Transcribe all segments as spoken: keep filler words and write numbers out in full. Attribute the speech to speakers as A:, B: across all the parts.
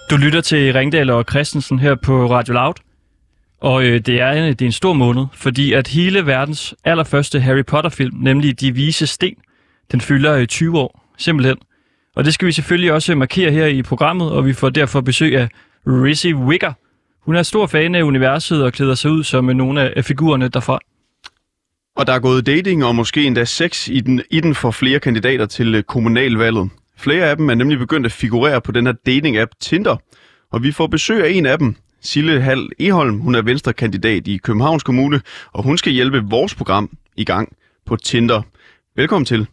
A: Du lytter til Ringdal og Christensen her på Radio Loud. Og øh, det, er en, det er en stor måned, fordi at hele verdens allerførste Harry Potter-film, nemlig De Vises Sten, den fylder øh, tyve år, simpelthen. Og det skal vi selvfølgelig også markere her i programmet, og vi får derfor besøg af Rizzy Wigger. Hun er stor fan af universet og klæder sig ud som nogle af figurerne derfra.
B: Og der er gået dating og måske endda sex i den, i den for flere kandidater til kommunalvalget. Flere af dem er nemlig begyndt at figurere på den her dating-app Tinder. Og vi får besøg af en af dem, Sille Hall Egholm. Hun er Venstre-kandidat i Københavns Kommune, og hun skal hjælpe vores program i gang på Tinder. Velkommen til.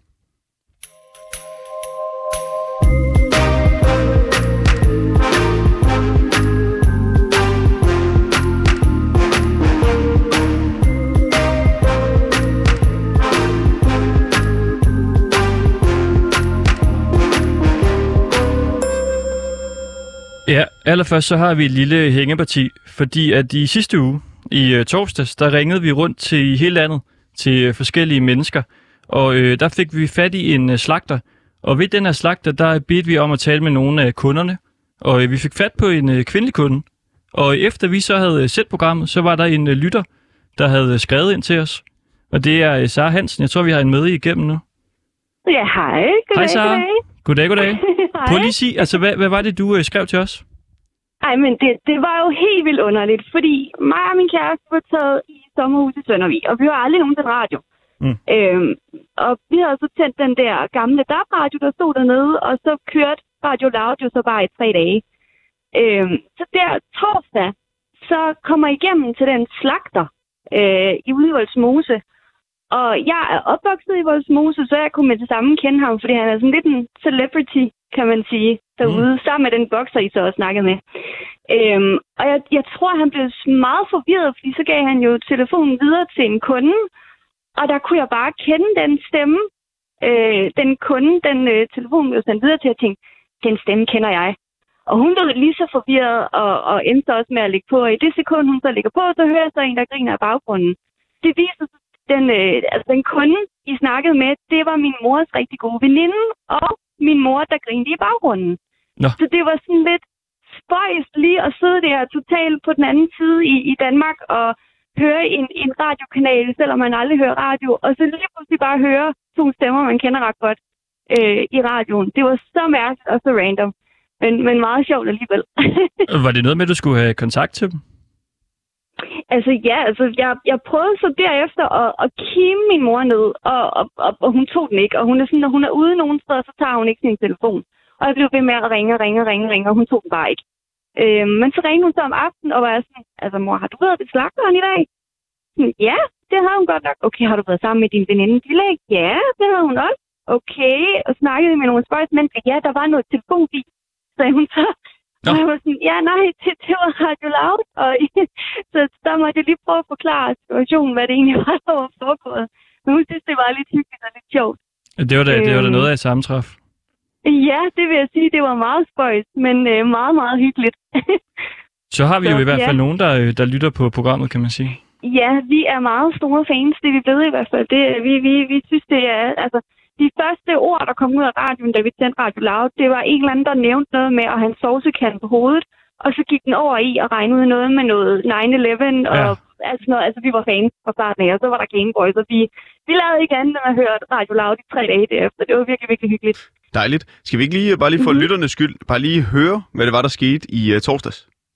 A: Ja, allerførst så har vi et lille hængeparti, fordi at i sidste uge, i uh, torsdags, der ringede vi rundt til hele landet, til uh, forskellige mennesker, og uh, der fik vi fat i en uh, slagter, og ved den her slagter, der bedte vi om at tale med nogle af kunderne, og uh, vi fik fat på en uh, kvindelig kunde, og efter vi så havde uh, set programmet, så var der en uh, lytter, der havde uh, skrevet ind til os, og det er uh, Sara Hansen. Jeg tror, vi har en med igennem nu.
C: Ja, hej. Goddag,
A: hej, Sara.
C: Goddag,
A: goddag. goddag. Prøv lige at sige, altså, hvad, hvad var det, du øh, skrev til os?
C: Ej, men det, det var jo helt vildt underligt, fordi mig og min kæreste var taget i sommerhus i Søndervig, og vi var aldrig nogen til radio. Mm. Øhm, og vi havde så tændt den der gamle D A B-radio, der stod dernede, og så kørte Radio Loud jo så bare i tre dage. Øhm, så der torsdag, så kommer jeg igennem til den slagter øh, i Vollsmose. Og jeg er opvokset i Vollsmose, så jeg kunne med det samme kende ham, fordi han er sådan lidt en celebrity, kan man sige, derude, mm. sammen med den bokser, I så også snakkede med. Øhm, og jeg, jeg tror, han blev meget forvirret, fordi så gav han jo telefonen videre til en kunde, og der kunne jeg bare kende den stemme. Øh, den kunde, den øh, telefon blev sendt videre til, at jeg tænkte, den stemme kender jeg. Og hun blev lige så forvirret, og, og endte også med at lægge på, og i det sekund, hun så lægger på, så hører jeg så en, der griner i baggrunden. Det viser sig, Den, øh, altså den kunde, I snakkede med, det var min mors rigtig gode veninde, og min mor, der grinede i baggrunden. Nå. Så det var sådan lidt spøjst lige at sidde der totalt på den anden side i, i Danmark og høre en, en radiokanal, selvom man aldrig hører radio, og så lige pludselig bare høre to stemmer, man kender ret godt øh, i radioen. Det var så mærkeligt og så random, men, men meget sjovt alligevel.
A: Var det noget med, at du skulle have kontakt til dem?
C: Altså ja, altså jeg, jeg prøvede så derefter at, at kime min mor ned, og, og, og, og hun tog den ikke. Og hun er sådan, når hun er ude nogen steder, så tager hun ikke sin telefon. Og jeg blev ved med at ringe, ringe, ringe, ringe, og hun tog den bare ikke. Øhm, men så ringede hun så om aftenen, og var sådan, altså mor, har du været ved slagteren i dag? Sådan, ja, det havde hun godt nok. Okay, har du været sammen med din veninde Dillæg? Ja, det havde hun også. Okay, og snakkede med nogle spørgsmål, men ja, der var noget telefonbil, sagde hun så. Og jeg var sådan, ja nej, det, det var Radio Loud, og så der måtte jeg lige prøve at forklare situationen, hvad det egentlig var, der var foregået. Men hun synes, det var lidt hyggeligt og lidt sjovt.
A: Det var da, øhm, det var da noget af et sammentræf.
C: Ja, det vil jeg sige, det var meget spøjs, men øh, meget, meget hyggeligt.
A: Så har vi
C: så,
A: jo i hvert fald
C: ja.
A: nogen, der, der lytter på programmet, kan man sige.
C: Ja, vi er meget store fans, det er vi blevet i hvert fald. Det, vi, vi, vi synes, det er... altså. De første ord, der kom ud af radioen, da vi tændte Radio Loud, det var en eller anden, der nævnte noget med at have en sovsekande på hovedet, og så gik den over i og regnede ud noget med noget nine eleven, og ja. altså, noget, altså vi var fans fra starten af, og så var der Gameboys, og vi, vi lavede ikke andet end at høre Radio Loud i tre dage derefter. Det var virkelig, virkelig hyggeligt.
B: Dejligt. Skal vi ikke lige, bare lige for mm-hmm. lytternes skyld, bare lige høre, hvad det var, der skete i uh, torsdags?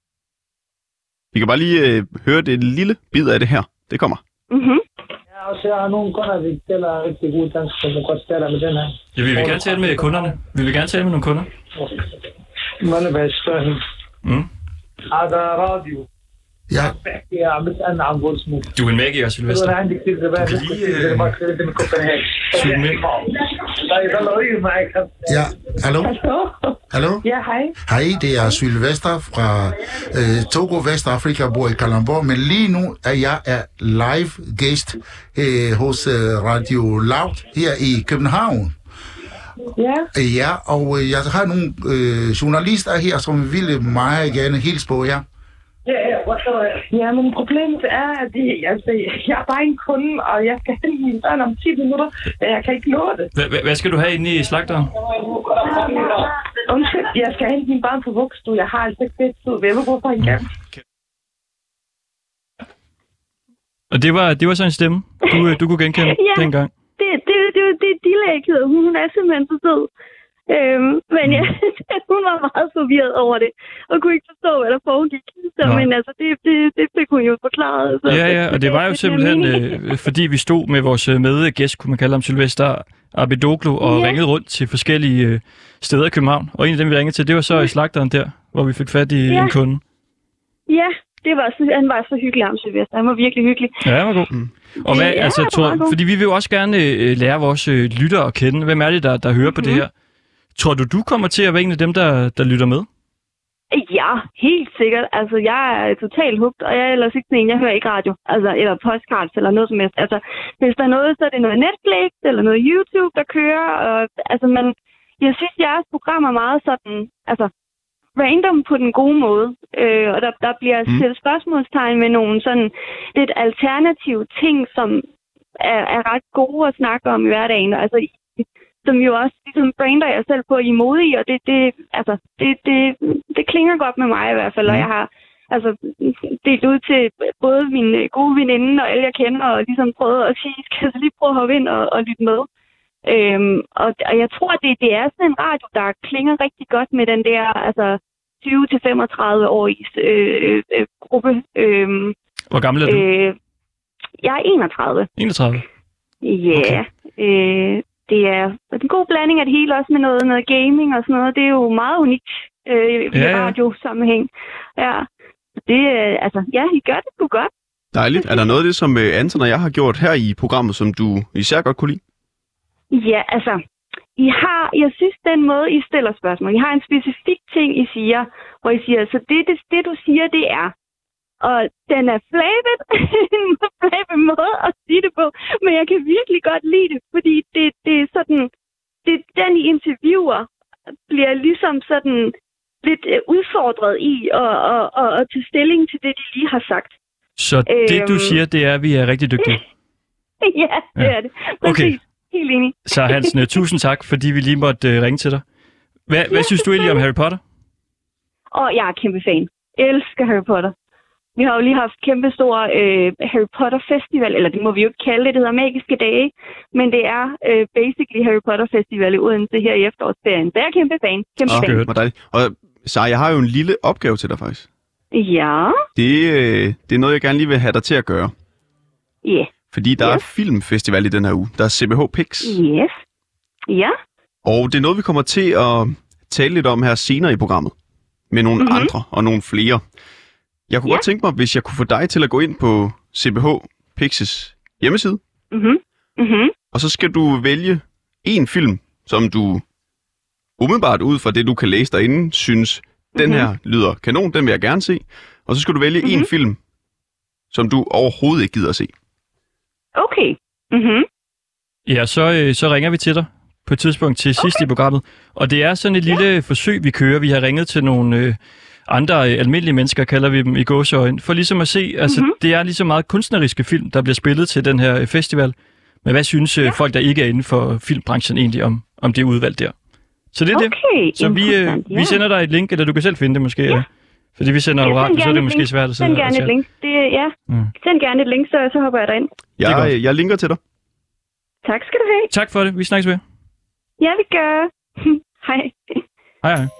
B: Vi kan bare lige uh, høre det lille bid af det her. Det kommer.
C: Mhm.
D: Så jeg har nogle kunder, vi taler rigtig god dansk, så du godt taler med den her.
A: Ja, vi vil gerne tale med kunderne. Vi vil gerne tale med nogle kunder.
D: Man er bare spørgsmål.
A: Mm.
D: Er der radio?
E: Ja.
A: Du er en magiker, Sylvester.
D: Du kan lige
A: zoome ind.
E: Ja, hallo? Hallo?
C: Ja, hej.
E: Hej, det er Sylvester fra øh, Togo, Vestafrika, bor i Kalundborg, men lige nu er jeg er live gæst øh, hos øh, Radio Loud her i København.
C: Ja.
E: Ja, og øh, jeg har nogle øh, journalister her, som ville meget gerne hilse på jer.
D: Ja, ja, ja, men problemet er, at det, altså, jeg er bare en kunde, og jeg skal hente mine børn om ti minutter. Jeg kan ikke nå det.
A: H- hvad skal du have inde i slagteren?
D: Undskyld, jeg skal hente min barn på vuggestue. Jeg har altså ikke det tid. Hvem er for en gang?
A: Og det var, det var så en stemme, du, du kunne genkende
C: Ja.
A: dengang?
C: Det, det, det, det, det er Dillæg hedder hun. Hun er simpelthen så sød. Øhm, men ja, hun var meget forvirret over det, og kunne ikke forstå, hvad der foregik. Så, men altså, det, det, det fik hun jo forklaret. Så,
A: Ja, ja, og det var jo
C: det,
A: simpelthen,
C: det
A: øh, fordi vi stod med vores øh, medgæst, kunne man kalde ham, Sylvester Abidoglu, og
C: Ja.
A: ringede rundt til forskellige øh, steder i København. Og en af dem, vi ringede til, det var så i slagteren der, hvor vi fik fat i
C: Ja.
A: en kunde.
C: Ja, det var så, han var så hyggelig, ham Sylvester. Han var virkelig hyggelig.
A: Ja, han var god. Mm. Og hvad,
C: Ja,
A: altså,
C: han var
A: tror,
C: meget god.
A: fordi vi vil jo også gerne øh, lære vores øh, lyttere at kende. Hvem er det, der, der hører mm-hmm. på det her? Tror du, du kommer til at være en af dem, der, der lytter med?
C: Ja, helt sikkert. Altså, jeg er totalt hugt, og jeg er ellers ikke sådan en, jeg hører ikke radio, altså, eller postcards, eller noget som helst. Altså, hvis der er noget, så er det noget Netflix, eller noget YouTube, der kører, og altså, man, jeg synes, jeres program er meget sådan, altså, random på den gode måde, øh, og der, der bliver
B: Mm.
C: stillet spørgsmålstegn med nogle sådan lidt alternative ting, som er, er ret gode at snakke om i hverdagen, altså, som jo også ligesom brander jeg selv på, at I er modige, og det, det, altså, det, det, det klinger godt med mig i hvert fald, og jeg har altså delt ud til både mine gode veninde og alle, jeg kender, og ligesom prøvet at sige, skal jeg så lige prøve at hoppe ind og, og lytte med. Øhm, og, og jeg tror, det, det er sådan en radio, der klinger rigtig godt med den der altså tyve til femogtredive årige øh, øh, gruppe. Øh,
A: Hvor gammel er du?
C: øh, jeg er enogtredive.
A: enogtredive?
C: Ja,
A: Okay.
C: øh, det er en god blanding af det hele, også med noget, noget gaming og sådan noget. Det er jo meget unikt øh, i
A: Ja, ja.
C: radiosammenhæng. Ja, det, øh, altså, ja, I gør det sgu godt.
B: Dejligt. Er der noget af det, som øh, Anton og jeg har gjort her i programmet, som du især godt kunne lide?
C: Ja, altså, I har, jeg synes, den måde, I stiller spørgsmål, I har en specifik ting, I siger, hvor I siger, så det, det, det du siger, det er, og den er flabet, en flabet måde at sige det på, men jeg kan virkelig godt lide det, fordi det, det er sådan, det, den I interviewer, bliver ligesom sådan lidt øh, udfordret i at, at, at, at tage stilling til det, de lige har sagt.
A: Så det, du
C: Øhm.
A: siger, det er, at vi er rigtig dygtige.
C: Ja, det
A: Ja.
C: er det. Præcis.
A: Okay.
C: Helt enig.
A: Så Hansen, uh, tusind tak, fordi vi lige måtte uh, ringe til dig. Hvad, hvad synes du egentlig om Harry Potter?
C: Og jeg er kæmpe fan. Jeg elsker Harry Potter. Vi har jo lige haft kæmpe stor øh, Harry Potter Festival, eller det må vi jo ikke kalde det, det hedder Magiske Dage, men det er øh, basically Harry Potter Festival i Odense her i efterårsferien. Så jeg er kæmpe fan. Kæmpe
B: Åh,
C: fan.
B: hvor dejligt. Og Sara, jeg har jo en lille opgave til dig faktisk.
C: Ja,
B: Det, øh, det er noget, jeg gerne lige vil have dig til at gøre.
C: ja, yeah.
B: Fordi der
C: Yes.
B: er filmfestival i den her uge. Der er C B H Pix.
C: yes, ja,
B: Og det er noget, vi kommer til at tale lidt om her senere i programmet. Med nogle
C: Mhm.
B: mm-hmm. andre og nogle flere. Jeg kunne
C: Ja.
B: godt tænke mig, hvis jeg kunne få dig til at gå ind på C B H Pix's hjemmeside.
C: mhm, mhm,
B: Og så skal du vælge en film, som du umiddelbart ud fra det, du kan læse derinde, synes, den
C: Mhm.
B: her lyder kanon, den vil jeg gerne se. Og så skal du vælge
C: Mhm.
B: en film, som du overhovedet ikke gider at se.
C: okay, mhm,
A: Ja, så, øh, så ringer vi til dig på et tidspunkt til sidst i programmet. Og det er sådan et lille forsøg, vi kører. Vi har ringet til nogle øh, andre øh, almindelige mennesker, kalder vi dem i gåseøjne, for ligesom at se, altså
C: Mhm.
A: det er ligesom meget kunstneriske film, der bliver spillet til den her øh, festival. Men hvad synes øh, folk, der ikke er inden for filmbranchen egentlig om, om det udvalg der? Så det er det.
C: okay,
A: Så vi, øh,
C: interessant, ja.
A: vi sender dig et link, eller du kan selv finde det måske.
C: Ja.
A: Ja. Fordi vi sender
C: Ja,
A: jo
C: send
A: radio, så er
C: gerne
A: det
C: et
A: måske
C: link.
A: svært at sidde
C: Send
A: og
C: gerne et
A: tale.
C: link. Det, ja.
A: Mm.
C: Send gerne et link, så, så hopper jeg derind.
A: er godt.
B: Jeg, jeg linker til dig.
C: Tak skal du have.
A: Tak for det. Vi snakkes ved.
C: Ja, vi gør. Hej.
A: Hej hej.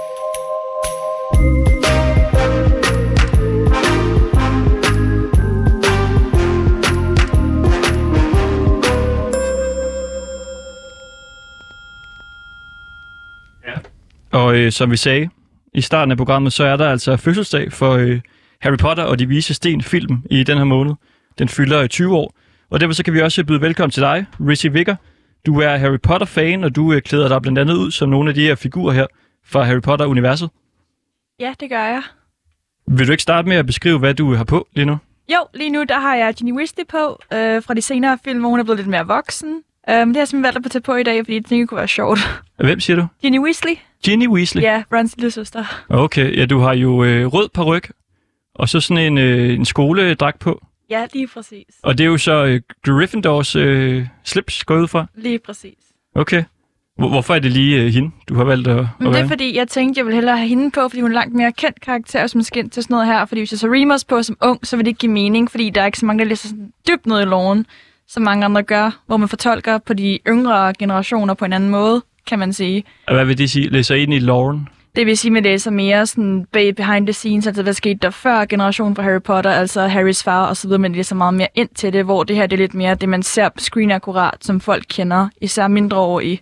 A: Og øh, som vi sagde i starten af programmet, så er der altså fødselsdag for øh, Harry Potter og De Vise Sten film i den her måned. Den fylder tyve år. Og derfor så kan vi også byde velkommen til dig, Rizzy Vigger. Du er Harry Potter-fan, og du øh, klæder dig blandt andet ud som nogle af de her figurer her fra Harry Potter-universet.
F: Ja, det gør jeg.
A: Vil du ikke starte med at beskrive, hvad du har på lige nu?
F: Jo, lige nu der har jeg Ginny Weasley på øh, fra de senere film, hvor hun er blevet lidt mere voksen. Um, det har jeg simpelthen valgt at tage på i dag, fordi jeg tænkte, det kunne være sjovt.
A: Hvem siger du?
F: Ginny Weasley?
A: Ginny Weasley?
F: Ja, Rons lille søster.
A: Okay, ja, du har jo øh, rød paryk, og så sådan en, øh, en skoledragt på.
F: Ja, lige præcis.
A: Og det er jo så øh, Gryffindors øh, slips, går jeg ud fra.
F: Lige præcis.
A: Okay. Hvorfor er det lige uh, hende, du har valgt at, at
F: Men det
A: være?
F: er fordi, jeg tænkte, jeg ville hellere have hende på, fordi hun er langt mere kendt karakter, som skal ind til sådan noget her. Fordi hvis jeg så Remus på som ung, så vil det ikke give mening, fordi der er ikke så mange, der læser sådan dybt ned i loven, som mange andre gør, hvor man fortolker på de yngre generationer på en anden måde, kan man sige.
A: Og hvad vil det sige? Læser ind i loven?
F: Det vil sige, at man læser mere sådan behind the scenes, altså hvad skete der før generationen fra Harry Potter, altså Harrys far og så videre, man læser meget mere ind til det, hvor det her det er lidt mere det, man ser på screen akkurat, som folk kender, især mindreårige.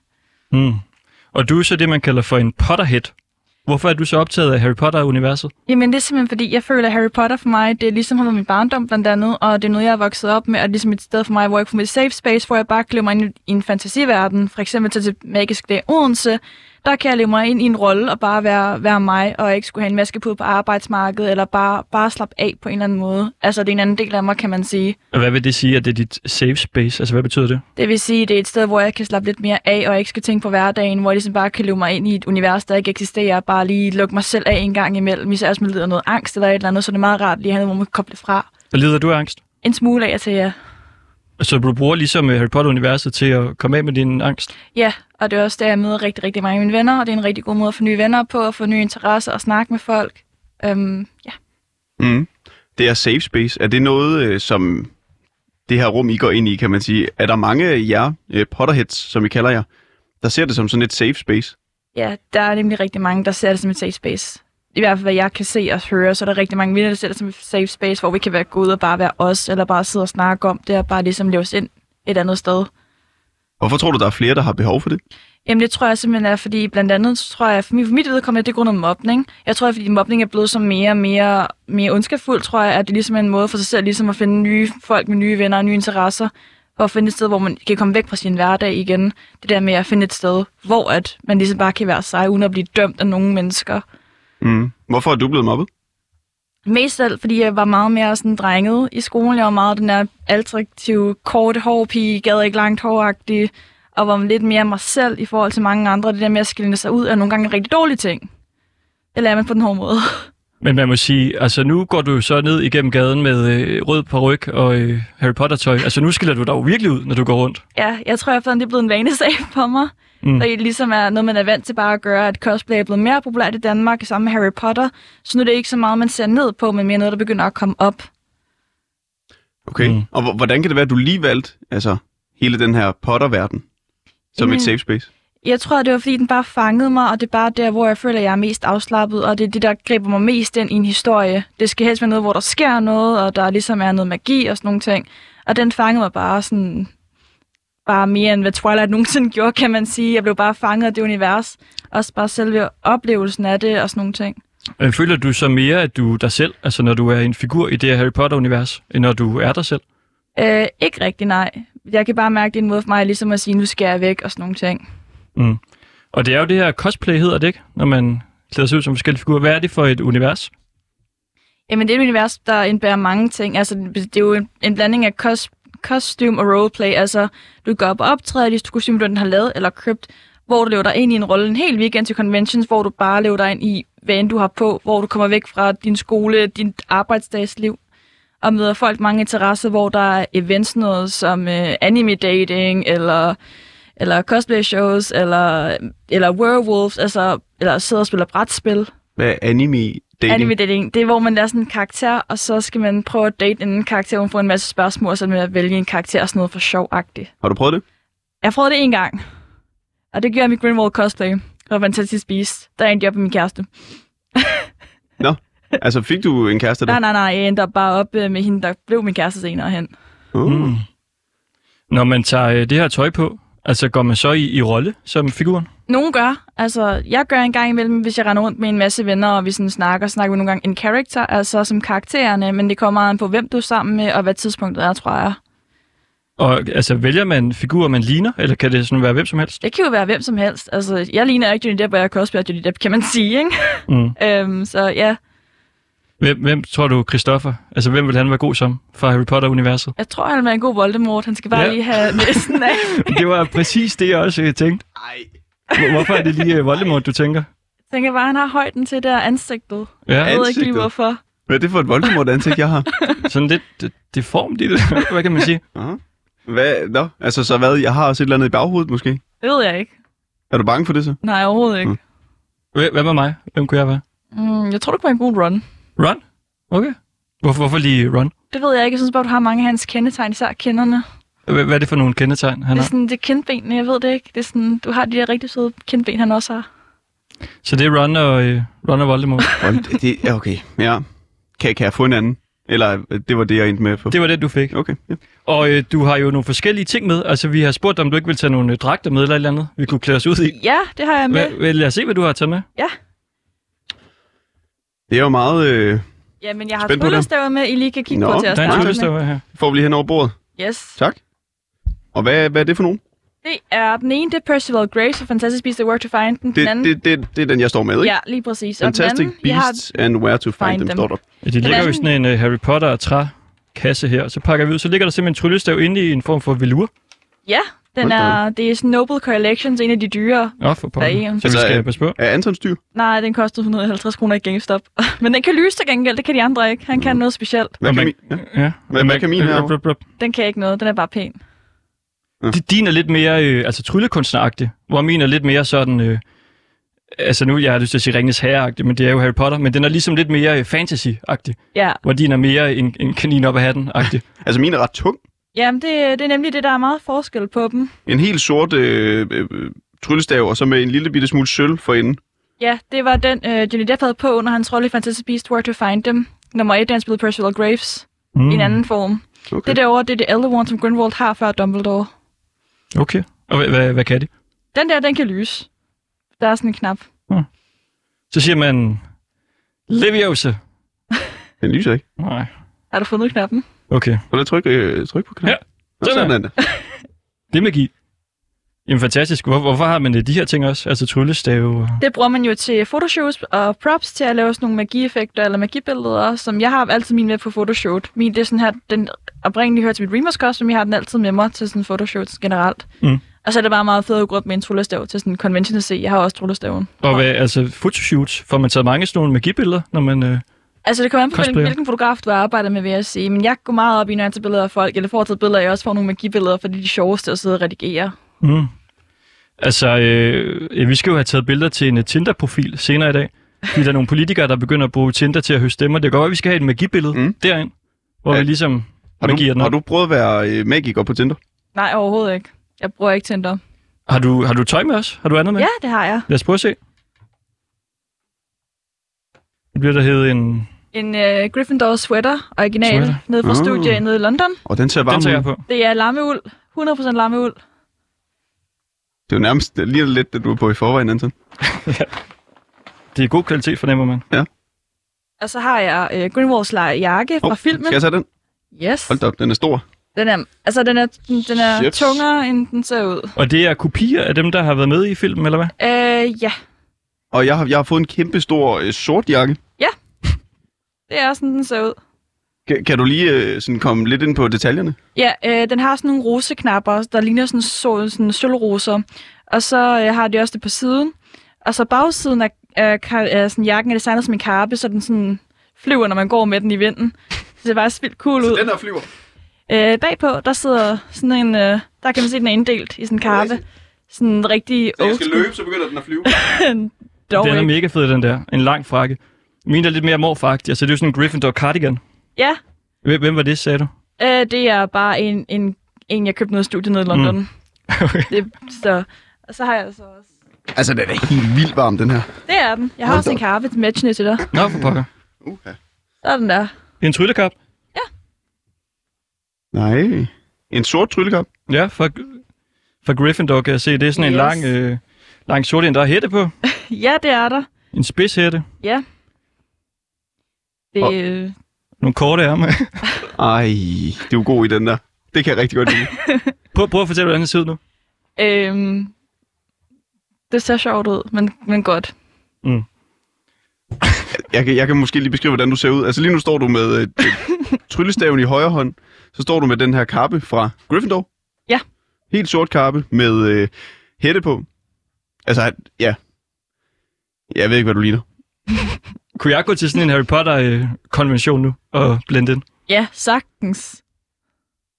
A: Mm. Og du er så det, man kalder for en Potterhead. Hvorfor er du så optaget af Harry Potter-universet?
F: Jamen det er simpelthen fordi, jeg føler, at Harry Potter for mig, det er ligesom har været min barndom blandt andet, og det er noget, jeg er vokset op med, og det er ligesom et sted for mig, hvor jeg får mit safe space, hvor jeg bare kan leve mig ind i en fantasiverden. For eksempel til Magisk Dag Odense, der kan jeg leve mig ind i en rolle og bare være, være mig, og ikke skulle have en maske på på arbejdsmarkedet, eller bare, bare slappe af på en eller anden måde. Altså det er en anden del af mig, kan man sige.
A: Og hvad vil det sige, at det er dit safe space? Altså hvad betyder det?
F: Det vil sige, at det er et sted, hvor jeg kan slappe lidt mere af, og ikke skal tænke på hverdagen, hvor jeg ligesom bare kan leve mig ind i et univers, der ikke eksisterer, bare lige lukke mig selv af en gang imellem, hvis jeg også lider noget angst eller et eller andet, så det er meget rart lige at have noget, hvor man kan koble fra.
A: Hvad lider du af angst?
F: En smule af til jer.
A: Så du bruger ligesom Harry Potter-universet til at komme af med din angst?
F: Ja, og det er også der, jeg møder rigtig, rigtig mange af mine venner, og det er en rigtig god måde at få nye venner på, og få nye interesser og snakke med folk. Øhm, ja.
B: Mm. Det er safe space. Er det noget, øh, som det her rum, I går ind i, kan man sige? Er der mange af jer, øh, Potterheads, som I kalder jer, der ser det som sådan et safe space?
F: Ja, der er nemlig rigtig mange, der ser det som et safe space. I hvert fald, hvad jeg kan se og høre, så er der rigtig mange venner, der ser det som et safe space, hvor vi kan være gå ud og bare være os, eller bare sidde og snakke om det, og bare ligesom leve os ind et andet sted.
B: Hvorfor tror du, der er flere, der har behov for det?
F: Jamen det tror jeg simpelthen er, fordi blandt andet så tror jeg, for mit, for mit vedkommende, det er grund af mobning. Jeg tror, at fordi mobning er blevet så mere og mere, mere ondskabsfuld, tror jeg, at det ligesom er en måde for sig selv ligesom at finde nye folk med nye venner og nye interesser, for at finde et sted, hvor man kan komme væk fra sin hverdag igen. Det der med at finde et sted, hvor at man ligesom bare kan være sig, uden at blive dømt af nogle mennesker.
B: Mm. Hvorfor er du blevet mobbet?
F: Mest selv, fordi jeg var meget mere sådan drenget i skolen. Jeg var meget den der attraktive, korte hårpige, gad ikke langt håragtig, og var lidt mere mig selv i forhold til mange andre. Det der med at skille sig ud er nogle gange en rigtig dårlig ting. Det lærer man på den hårde måde.
A: Men man må sige, altså nu går du så ned igennem gaden med øh, rød paryk og øh, Harry Potter-tøj. Altså nu skiller du dig jo virkelig ud, når du går rundt.
F: Ja, jeg tror, at det er blevet en vanesag for mig. Mm. Der ligesom er noget, man er vant til bare at gøre, at cosplay er blevet mere populært i Danmark, sammen med Harry Potter. Så nu er det ikke så meget, man ser ned på, men mere noget, der begynder at komme op.
B: Okay, mm. og h- hvordan kan det være, at du lige valgte altså, hele den her Potter-verden som Jamen, et safe space?
F: Jeg tror, det var, fordi den bare fangede mig, og det er bare der, hvor jeg føler, at jeg er mest afslappet, og det er det, der griber mig mest ind i en historie. Det skal helst være noget, hvor der sker noget, og der ligesom er noget magi og sådan nogle ting. Og den fangede mig bare sådan... bare mere end hvad Twilight nogensinde gjorde, kan man sige. Jeg blev bare fanget af det univers. Også bare selve oplevelsen af det og sådan nogle ting.
A: Føler du så mere, at du er dig selv, altså når du er en figur i det her Harry Potter-univers, end når du er dig selv?
F: Øh, ikke rigtig, nej. Jeg kan bare mærke, det er en måde for mig ligesom at sige, nu skal jeg væk og sådan nogle ting.
A: Mm. Og det er jo det her cosplay, hedder det ikke? Når man klæder sig ud som forskellige figurer. Hvad er det for et univers?
F: Jamen det er et univers, der indbærer mange ting. Altså det er jo en, en blanding af cosplay, costume og roleplay, altså du går op og optræder i de kostumer, du den har lavet eller købt, hvor du lever dig ind i en rolle en hel weekend til conventions, hvor du bare lever dig ind i, hvad end du har på, hvor du kommer væk fra din skole, din arbejdsdagsliv, og møder folk mange interesser, hvor der er events, noget som uh, anime dating, eller, eller cosplay shows, eller, eller werewolves, altså, eller sidder og spiller brætspil.
B: Hvad er anime dating?
F: Anime dating, det er, hvor man lærer sådan en karakter, og så skal man prøve at date en karakter, og få en masse spørgsmål, og så med at vælge en karakter og sådan noget for sjov-agtigt.
B: Har du prøvet det?
F: Jeg prøvede det en gang, og det gjorde jeg med Grindelwald cosplay. Det var Fantastisk Beast. Der endte jeg op med min kæreste.
B: Nå, altså fik du en kæreste der?
F: Nej, nej, nej, jeg endte op bare op med hende, der blev min kæreste senere hen.
B: Uh.
A: Mm. Når man tager øh, det her tøj på, altså går man så i, i rolle som figuren?
F: Nogen gør. Altså, jeg gør en gang imellem, hvis jeg render rundt med en masse venner, og vi sådan snakker, snakker vi nogle gange en character, altså som karaktererne, men det kommer meget an på, hvem du er sammen med, og hvad tidspunktet er, tror jeg.
A: Og altså, vælger man figurer, man ligner, eller kan det sådan være hvem som helst?
F: Det kan jo være hvem som helst. Altså, jeg ligner ikke Johnny Depp, og jeg kan også være Johnny Depp, kan man sige, ikke?
A: Mm.
F: øhm, så ja.
A: Hvem, hvem tror du, Christoffer? Altså, hvem vil han være god som fra Harry Potter-universet?
F: Jeg tror, han vil være en god Voldemort. Han skal bare
A: Ja.
F: lige have næsten af.
A: Det var præcis det, jeg også øh, tænkte.
B: Ej.
A: Hvorfor er det lige uh, Voldemort, du tænker?
F: Jeg tænker bare, han har højden til det ansigtet.
A: Ja,
F: Jeg ved ikke lige,
B: Ansigtet?
F: hvorfor.
B: Hvad er det for et Voldemort-ansigt, jeg har?
A: sådan lidt det, deformt i det. Hvad kan man sige?
B: Aha. Hvad? Nå, altså så hvad? Jeg har også et eller andet i baghovedet, måske?
F: Det ved jeg ikke.
B: Er du bange for det så?
F: Nej, overhovedet ikke.
B: Mm.
A: Hva- Hvad med mig? Hvem kunne jeg være?
F: Mm, jeg tror, du kunne være en god run.
A: Ron? Okay. Hvorfor, hvorfor lige Ron?
F: Det ved jeg ikke. Jeg synes bare, du har mange af hans kendetegn, især kinderne.
A: Hvad, hvad er det for nogle kendetegn, han
F: Det er
A: har?
F: sådan, det er kindbenene, jeg ved det ikke. Det er sådan, du har de der rigtig søde kindben, han også har.
A: Så det er Ron og, øh, Ron og Voldemort.
B: Hold- det, ja, okay. Ja. Kan, kan jeg få en anden? Eller øh, det var det, jeg endte med på?
A: Det var det, du fik.
B: Okay, ja.
A: Og øh, du har jo nogle forskellige ting med. Altså, vi har spurgt dig, om du ikke vil tage nogle øh, dragter med eller et eller andet, vi kunne klæde os ud i.
F: Ja, det har jeg med.
A: Hva, lad os se, hvad du har taget med.
F: Ja.
B: Det er jo meget... Øh,
F: Ja, men jeg har
B: Spændt på det.
F: tryllestaver med, I lige kan kigge
B: Nå,
F: på til os.
A: Der er en
B: Nej.
A: tryllestav her.
B: får vi lige hen over bordet.
F: Yes.
B: Tak. Og hvad, hvad er det for nogen?
F: Det er den ene, det er Percival Graves og Fantastic Beasts and Where to Find them. Den
B: Det,
F: anden,
B: det, det, det er den, jeg står med, ikke?
F: ja, lige præcis. Og den
B: Fantastic
F: anden, jeg har,
B: Beasts and Where to Find,
F: Find
B: them,
F: them.
B: står der.
A: Ja, de ligger jo i
F: anden-
A: sådan en uh, Harry Potter og trækasse her. Så pakker vi ud, så ligger der simpelthen en tryllestav inde i en form for velur.
F: ja, den
B: Hold da
F: er, det er sådan Noble Collections, en af de dyre.
A: Nå, for pokker.
F: Bag.
A: Så vi
B: Altså,
A: skal
B: øh,
A: passe på.
B: Er Antons dyr?
F: Nej, den koster et hundrede og halvtreds kroner i GameStop. Men den kan lyse til gengæld, det kan de andre ikke. Han kan noget specielt.
B: Hvad
A: Og
B: kan
A: man-
B: min? Ja.
A: Ja.
B: Hvad- hvad kan min herovre?
F: Den kan ikke noget, den er bare pæn.
A: Din er lidt mere øh, altså tryllekunstneragtig, hvor min er lidt mere sådan... Øh, altså nu, jeg har lyst til at sige Ringenes Herre-agtig, men det er jo Harry Potter, men den er ligesom lidt mere øh, fantasy-agtig,
F: Ja,
A: hvor din er mere en, en kanin op af hatten-agtig.
B: Altså, min er ret tung.
F: jamen det, det er nemlig det, der er meget forskel på dem.
B: En helt sort øh, øh, tryllestav, og så med en lille bitte smule sølv for enden.
F: Ja, det var den, øh, Johnny Depp havde på under hans rolle i Fantastic Beasts Where to Find them. Nummer et, han spillede Percival Graves
A: Mm.
F: i en anden form.
B: Okay.
F: Det derovre, det er det Elder Wand, som Grindelwald har før Dumbledore.
A: Okay. Og hvad, hvad, hvad kan de?
F: Den der, den kan lyse. Der er sådan en knap.
A: Så siger man... Leviosa.
B: Den lyser ikke.
A: Nej.
F: Har du fundet knappen?
A: Okay.
B: Prøv lige at trykke, øh, tryk på knappen.
A: Ja,
B: Ja.
A: sådan
B: Sådan er det.
A: Det er magi. Jamen fantastisk. Hvor, hvorfor har man øh, de her ting også? Altså tryllestave? og-
F: Det bruger man jo til photoshoots og props til at lave sådan nogle magieffekter eller magibilleder, som jeg har altid min med på photoshoot. Min, det er sådan her, den oprindeligt hører til mit Remus costume, jeg har den altid med mig til sådan photoshoots generelt.
A: Mm.
F: Og så er det bare meget fedt at gå rundt med en tryllestav til sådan en convention at se. Jeg har også tryllestaven.
A: Og hvad, altså fotoshoots? Får man taget mange sådan nogle magibilleder, når man... Øh...
F: Altså det kommer an på, hvilken,
A: Cosplayer.
F: hvilken fotograf du arbejder med, vil jeg sige. Men jeg går meget op i, når jeg tager billeder af folk, eller får taget billeder, jeg også får nogle magibilleder, fordi de er de sjoveste at sidde og redigere.
A: Mm. Altså, øh, vi skal jo have taget billeder til en uh, Tinder-profil senere i dag. Fordi der er nogle politikere, der begynder at bruge Tinder til at høste stemmer. Det går godt, at vi skal have et magibillede
B: Mm.
A: mm. derind, hvor
B: Ja.
A: vi ligesom
B: Har
A: magier
B: du,
A: den
B: har
A: op.
B: du prøvet at være øh, magiker på Tinder?
F: Nej, overhovedet ikke. Jeg bruger ikke Tinder.
A: Har du, har du tøj med os? Har du andet med?
F: Ja, det har jeg.
A: Lad os prøve at se. Det bliver der hedder en...
F: En uh, Gryffindor sweater, original,
A: Sweater.
F: nede fra
B: Ah.
F: studiet nede i London.
B: Og den ser varm
A: Den tager jeg
B: ud.
A: på.
F: Det er lammeuld. hundrede procent lammeuld.
B: Det er jo nærmest det ligner lidt, det du er på i forvejen, Anton.
A: Det er god kvalitet, fornemmer man.
F: Og så har jeg uh, Grindelwalds jakke fra
B: Oh,
F: filmen.
B: skal jeg tage den?
F: Yes.
B: Hold da op, den er stor.
F: Den er, altså, den er, den, den er
B: Shit.
F: tungere, end den ser ud.
A: Og det er kopier af dem, der har været med i filmen, eller hvad?
F: Uh, ja,
B: Og jeg har, jeg har fået en kæmpe stor øh, sort jakke.
F: det er sådan, den ser ud.
B: Kan, kan du lige øh, sådan komme lidt ind på detaljerne?
F: Ja, øh, den har sådan nogle roseknapper, der ligner sådan, så, sådan sølvroser. Og så øh, har de også det på siden. Og så bagsiden af, af, af sådan, jakken er designet som en karpe, så den sådan flyver, når man går med den i vinden. Det ser bare vildt cool ud.
B: den der flyver.
F: Øh, bagpå, der sidder sådan en... Øh, der kan man se, den er inddelt i sådan en karpe. Sådan en rigtig
B: Så jeg
F: old
B: skal
F: school.
B: løbe, så begynder den at flyve.
F: Dog
A: Den er
F: ikke.
A: mega fed, den der. En lang frakke. Min er lidt mere morfagtig. Altså, det er jo sådan en Gryffindor cardigan.
F: Ja,
A: Hvem hvem var det, sagde du?
F: øh, det er bare en, en, en, jeg købte noget studie nede i London. Mm.
A: Okay.
F: Det, så, og så har jeg altså også...
B: Altså, den er helt vildt varm, den her.
F: Det er den. Jeg har
B: Hold
F: også
B: da
F: en karpe til matchende til dig.
A: Nå, for pokker.
B: Uh-huh.
F: Så er den der.
A: En tryllekap?
B: Nej. En sort tryllekap.
A: Ja, for, for Gryffindor kan jeg se. Det er sådan yes. en
F: Yes.
A: lang, øh, lang sort en, der er hætte på.
F: Ja, det er der.
A: En spidshætte.
F: Ja. Det,
B: Og-
F: øh,
A: Nogle korte ærmer.
B: Ej, det er jo god i den der. Det kan jeg rigtig godt lide.
A: prøv, prøv at fortælle, hvordan det ser ud nu.
F: øhm, det ser sjovt ud, men, men godt.
A: Mm.
B: Jeg kan, jeg kan måske lige beskrive, hvordan du ser ud. Altså lige nu står du med et, et tryllestaven i højre hånd. Så står du med den her kappe fra Gryffindor.
F: Ja.
B: Helt sort kappe med øh, hætte på. Altså, ja. Jeg ved ikke, hvad du ligner.
A: Kunne jeg gå til sådan en Harry Potter-konvention nu og blende ind?
F: Ja, sagtens.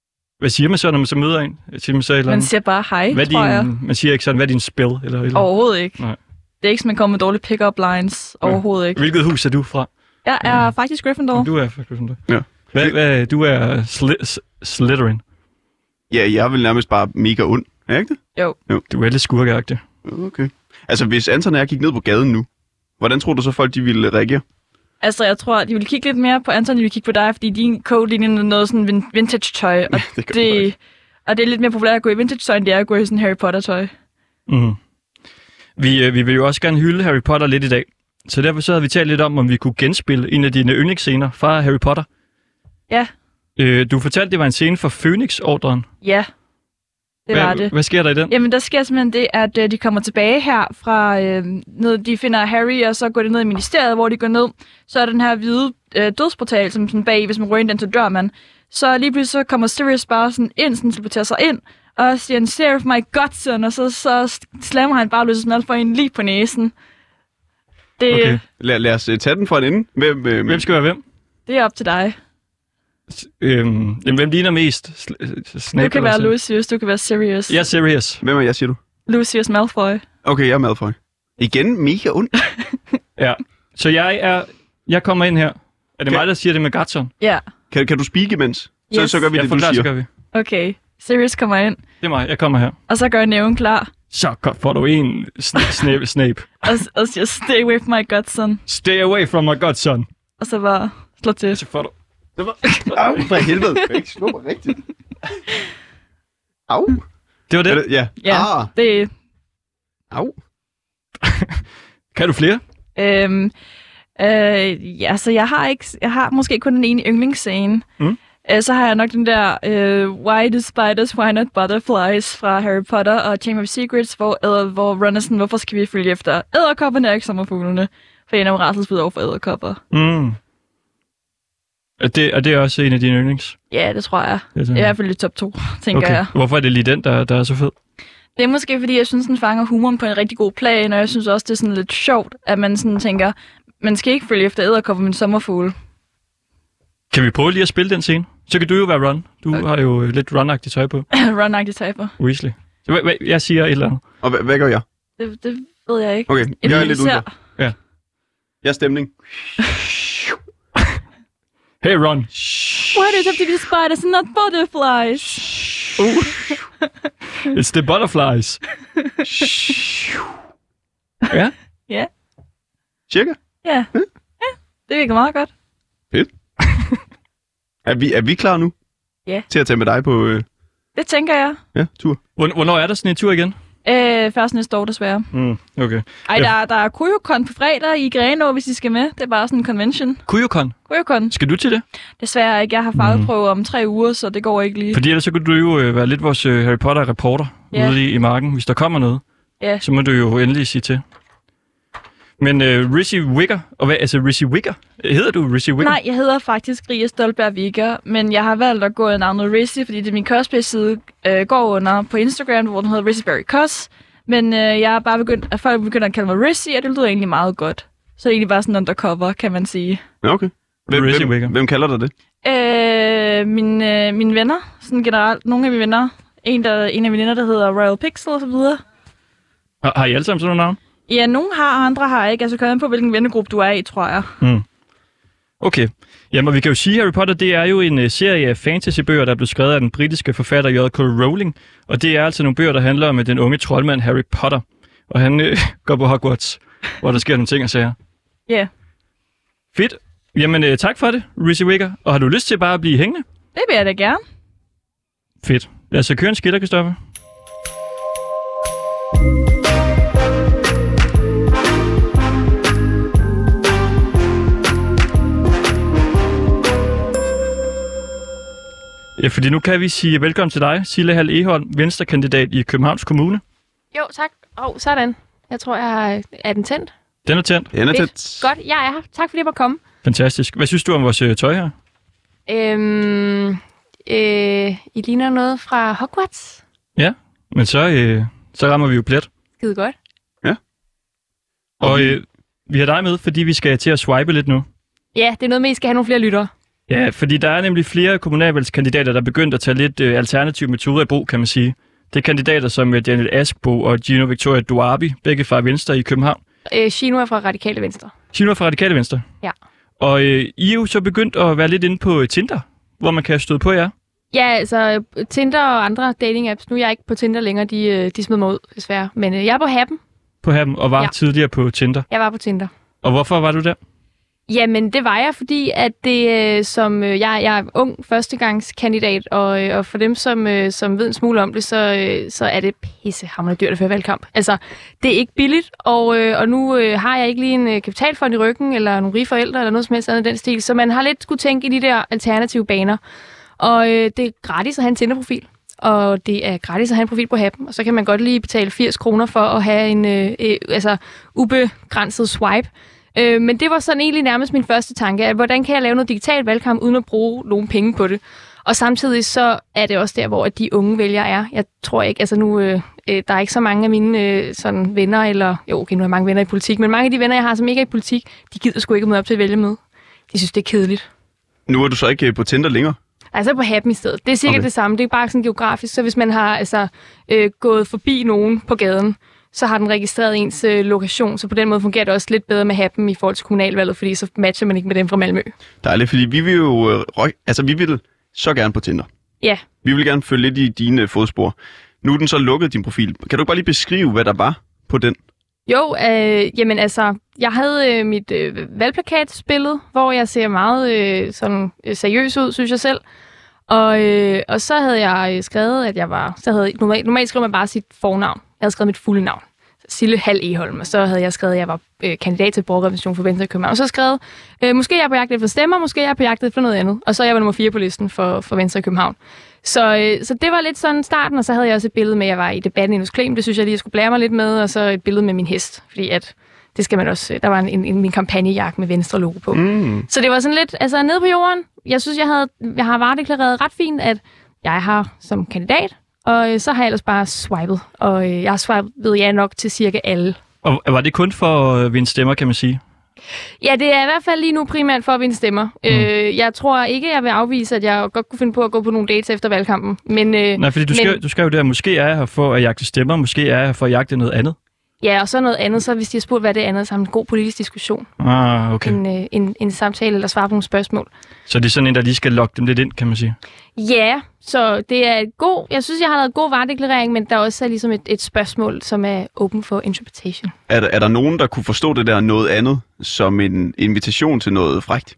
A: Hvad siger man så, når man så møder en? Siger man, så et eller
F: Man
A: andet?
F: siger bare hej,
A: hvad
F: tror jeg.
A: din, man siger ikke sådan, hvad er din spil? Eller, eller?
F: Overhovedet ikke.
A: Nej.
F: Det er ikke, som man kommer med dårlige pick-up lines. Overhovedet ikke.
A: Hvilket hus er du fra?
F: Jeg er faktisk Gryffindor.
A: Du er fra Gryffindor.
B: Ja.
A: Hvad, hvad, du er sli- Slytherin.
B: Ja, jeg vil nærmest bare mega ond. Er jeg ikke det?
F: Jo.
A: Du er lidt skurkeagtig.
B: Okay. Altså, hvis Anton og jeg gik ned på gaden nu, hvordan tror du så, folk de ville reagere?
F: Altså, jeg tror, de vil kigge lidt mere på Anton, de vil kigge på dig, fordi din code ligner noget sådan vin- vintage-tøj. Og,
B: det kan
F: det, og det er lidt mere populært at gå i vintage-tøj, end det er at gå i sådan Harry Potter-tøj.
A: Mm. Vi, øh, vi vil jo også gerne hylde Harry Potter lidt i dag. Så derfor så havde vi talt lidt om, om vi kunne genspille en af dine yndlingsscener fra Harry Potter.
F: Ja.
A: Øh, du fortalte, det var en scene fra Phoenix-ordren.
F: Ja, det
A: hvad,
F: var det.
A: Hvad sker der i den?
F: Jamen, der sker simpelthen det, at øh, de kommer tilbage her fra øh, ned, de finder Harry, og så går de ned i ministeriet, hvor de går ned. Så er den her hvide øh, dødsportal, som sådan bag, hvis man ryger ind den, så dør man. Så lige pludselig så kommer Sirius bare sådan ind, sådan teleporterer sig ind, og siger en "Save my godson", og så, så slammer han bare Lucius Malfoy en lige på næsen. Det,
A: Okay.
B: Lad, lad os uh, tage den fra en ende. Hvem, øh,
A: Hvem skal være hvem?
F: det er op til dig.
A: Øhm, jamen, hvem ligner mest? Sl- Snape
F: Du kan
A: eller
F: være
A: sådan?
F: Lucius, du kan være Sirius.
A: Jeg er Sirius.
B: hvem er jeg, siger du?
F: Lucius Malfoy.
B: Okay, jeg er Malfoy. Igen, mega ond.
A: Ja. Så jeg er... Jeg kommer ind her. Er det
B: Okay.
A: mig, der siger det med Gatson?
F: Ja,
B: Kan, kan du speak imens? Så,
F: Yes.
B: så gør vi
A: Ja,
B: det, du
A: forklar, så
B: siger.
A: gør vi.
F: okay. Sirius kommer ind,
A: Det er mig. Jeg kommer her.
F: og så gør næven klar,
A: Så kom- får du en sn- Snape. Snape.
F: og, og siger "Stay with my godson",
A: Stay away from my godson.
F: og så bare slå til.
A: Så får du...
B: Det var... Au, for helvede. Du kan ikke slå mig rigtigt. Au.
A: Det var
B: Er
A: det.
B: det. Ja.
F: Ja,
B: Ah.
F: det
B: Au.
A: Kan du flere?
F: Øhm, øh, ja, så jeg har ikke, jeg har måske kun den ene yndlingsscene.
A: Mm.
F: Øh, så har jeg nok den der øh, "Why do spiders, why not butterflies" fra Harry Potter og Chamber of Secrets, hvor, æder, hvor Ron er sådan, hvorfor skal vi følge efter edderkopperne og ikke sommerfuglene? For en af dem rædselsfuld over for edderkopper.
A: Mm. Er det, er det også en af dine yndlings?
F: Ja, det tror jeg.
A: Det er
F: I hvert fald i top to, tænker
A: okay.
F: jeg.
A: Hvorfor er det lige den, der, der er så fed?
F: Det er måske, fordi jeg synes, den fanger humoren på en rigtig god plan, og jeg synes også, det er sådan lidt sjovt, at man sådan tænker, man skal ikke følge efter edderkopper, men sommerfugle.
A: Kan vi prøve lige at spille den scene? Så kan du jo være Ron. Du
F: Okay.
A: har jo lidt Ron-agtigt tøj på.
F: Ron-agtig taber.
A: Weasley. Så, hvad, hvad, jeg siger et eller andet.
B: Og hvad, hvad gør jeg?
F: Det, det ved jeg ikke.
B: Okay, jeg er lidt ude.
F: Elixir.
B: Jeg er stemning.
A: Hey Ron.
F: Why do you have to be spiders and not butterflies?
A: It's the butterflies. Ja.
F: Ja,
B: Cirka.
F: ja. ja. Det virker meget godt.
B: Er vi, er vi klar nu?
F: Ja.
B: Til at tage med dig på øh,
F: Det tænker jeg.
B: ja, tur?
A: Hvorn- Hvornår er der sådan en tur igen?
F: Øh, først næste år, desværre.
A: Mm, okay.
F: Ej, der, der er Kujokon på fredag i Grenaa, hvis I skal med. Det er bare sådan en convention.
A: Kujokon.
F: Kujokon.
A: Skal du til det?
F: Desværre ikke. Jeg har fagprøve om tre uger, så det går ikke lige.
A: Fordi ellers så kunne du jo øh, være lidt vores øh, Harry Potter-reporter
F: Ja.
A: ude i, i marken. Hvis der kommer noget,
F: Ja.
A: så må du jo endelig sige til. Men øh, Rizzy Wigger, og hvad, altså Rizzy Wigger? Hedder du Rizzy Wigger?
F: Nej, jeg hedder faktisk Ria Stolberg Vigger, men jeg har valgt at gå i navnet Rizzy, fordi det er min cosplay-side øh, går under på Instagram, hvor den hedder Rizzyberry Cos. Men øh, jeg er bare begyndt, at folk begynder at kalde mig Rizzy, og det lyder egentlig meget godt. Så det er egentlig bare sådan undercover, kan man sige.
B: Ja, okay. Hvem,
A: Rizzy
B: hvem,
A: Wigger.
B: hvem kalder dig det?
F: Øh, mine, øh, mine venner, sådan generelt. Nogle af mine venner. En, der, en af mine venner, der hedder Royal Pixel og så videre.
A: Har, har I alle sammen sådan nogle navn?
F: Ja, nogle har, og andre har ikke. Altså, kommer an på, hvilken vennegruppe du er i, tror jeg.
A: Mm. Okay. Jamen, vi kan jo sige, at Harry Potter, det er jo en uh, serie af fantasybøger, der er blevet skrevet af den britiske forfatter J K Rowling. Og det er altså nogle bøger, der handler om uh, den unge troldmand Harry Potter. Og han uh, går på Hogwarts, hvor der sker nogle ting og sager.
F: Ja, yeah.
A: Fedt. Jamen, uh, tak for det, Rizzy Wigger. Og har du lyst til bare at blive hængende?
F: det vil jeg da gerne.
A: Fedt. Lad os så køre en skitter, Christoffer. Ja, fordi nu kan vi sige velkommen til dig, Sille Hall Egholm, venstrekandidat i Københavns Kommune.
G: Jo, tak. Åh, oh, sådan. Jeg tror, jeg er, er den tændt.
A: Den er tændt.
B: Den er
G: Fedt.
B: tæt.
G: Godt, jeg er her. Tak fordi jeg måtte komme.
A: Fantastisk. Hvad synes du om vores øh, tøj her?
G: Øhm, øh, I ligner noget fra Hogwarts.
A: Ja, men så, øh, så rammer vi jo plet.
G: Skide godt.
A: Og øh, vi har dig med, fordi vi skal til at swipe lidt nu.
G: Ja, det er noget med, I skal have nogle flere lyttere.
A: Ja, fordi der er nemlig flere kommunalvalgskandidater, der er begyndt at tage lidt øh, alternative metoder i brug, kan man sige. Det er kandidater som øh, Daniel Askbo og Gino Victoria Duarbi, begge fra Venstre i København.
G: Øh, Gino er fra Radikale Venstre.
A: Gino er fra Radikale Venstre?
G: Ja.
A: Og øh, I er jo så begyndt at være lidt inde på Tinder, hvor man kan støde på jer.
G: Ja, altså Tinder og andre dating-apps. Nu er jeg ikke på Tinder længere, de, de smed mig ud, desværre. Men øh, jeg er på Happen.
A: På Happen, og var
G: Ja.
A: tidligere på Tinder.
G: Jeg var på Tinder.
A: Og hvorfor var du der?
G: Jamen, det var jeg, fordi at det, øh, som øh, jeg, jeg er ung førstegangskandidat, og, øh, og for dem, som, øh, som ved en smule om det, så, øh, så er det pissehamrende dyrt at føre valgkamp. Altså, det er ikke billigt, og, øh, og nu øh, har jeg ikke lige en øh, kapitalfond i ryggen, eller nogle rige forældre, eller noget som helst andet i den stil, så man har lidt skulle tænke i de der alternative baner. Og øh, det er gratis at have en Tinder-profil, og det er gratis at have en profil på Happen, og så kan man godt lige betale firs kroner for at have en øh, øh, altså, ubegrænset swipe. Øh, men det var sådan egentlig nærmest min første tanke, at hvordan kan jeg lave noget digital valgkamp, uden at bruge nogen penge på det? Og samtidig så er det også der, hvor de unge vælgere er. Jeg tror ikke, altså nu, øh, øh, der er ikke så mange af mine øh, sådan venner, eller jo, okay, nu har jeg mange venner i politik, men mange af de venner, jeg har, som ikke er i politik, de gider sgu ikke møde op til et vælgermøde. De synes, det er kedeligt.
B: Nu er du så ikke på Tinder længere?
G: Altså på Happen i stedet. Det er sikkert
B: Okay.
G: det samme. Det er bare sådan geografisk. Så hvis man har altså, øh, gået forbi nogen på gaden, så har den registreret ens øh, lokation. Så på den måde fungerer det også lidt bedre med Happen i forhold til kommunalvalget, fordi så matcher man ikke med dem fra Malmø.
B: Dejligt, fordi vi vil jo øh, røg, altså vi vil så gerne på Tinder.
G: Ja.
B: Vi vil gerne følge lidt i dine fodspor. Nu er den så lukket, din profil. Kan du bare lige beskrive, hvad der var på den?
G: Jo, øh, jamen altså, jeg havde øh, mit øh, valgplakatspillet, hvor jeg ser meget øh, sådan øh, seriøs ud, synes jeg selv. Og, øh, og så havde jeg øh, skrevet, at jeg var... Så havde, normalt, normalt skriver man bare sit fornavn. Jeg havde skrevet mit fulde navn. Sille Hall Egholm. Og så havde jeg skrevet, at jeg var øh, kandidat til borgerrepræsentation for Venstre i København. Og så skrevet, øh, måske jeg er på jagt efter stemmer, måske jeg er på jagt efter noget andet. Og så er jeg var nummer fire på listen for, for Venstre i København. Så, øh, så det var lidt sådan starten, og så havde jeg også et billede med, at jeg var i debatten i Nus Klem. Det synes jeg lige, jeg skulle blære mig lidt med. Og så et billede med min hest, fordi at... Det skal man også. Der var en, en, en min kampagnejakke med Venstre logo på. Mm. Så det var sådan lidt, altså nede på jorden. Jeg synes, jeg havde, jeg har varedeklareret ret fint, at jeg har som kandidat, og øh, så har jeg ellers bare swipet. Og øh, jeg har swipet ja nok til cirka alle.
A: Og var det kun for at vinde stemmer, kan man sige?
G: Ja, det er i hvert fald lige nu primært for at vinde stemmer. Mm. Øh, jeg tror ikke, jeg vil afvise, at jeg godt kunne finde på at gå på nogle dates efter valgkampen. Men, øh,
A: Nej, fordi du,
G: men,
A: skrev, du skrev der, måske er jeg her for at jagte stemmer, måske er jeg her for at jagte noget andet.
G: Ja, og så noget andet, så hvis de har spurgt, hvad det er andet, så har en god politisk diskussion.
A: Ah, okay.
G: En, øh, en, en samtale eller svare på nogle spørgsmål.
A: Så det er sådan en, der lige skal lokke dem lidt ind, kan man sige?
G: Ja, så det er god. Jeg synes, jeg har lavet god varedeklarering, men der er også ligesom et, et spørgsmål, som er open for interpretation.
B: Er der, er der nogen, der kunne forstå det der noget andet som en invitation til noget frækt?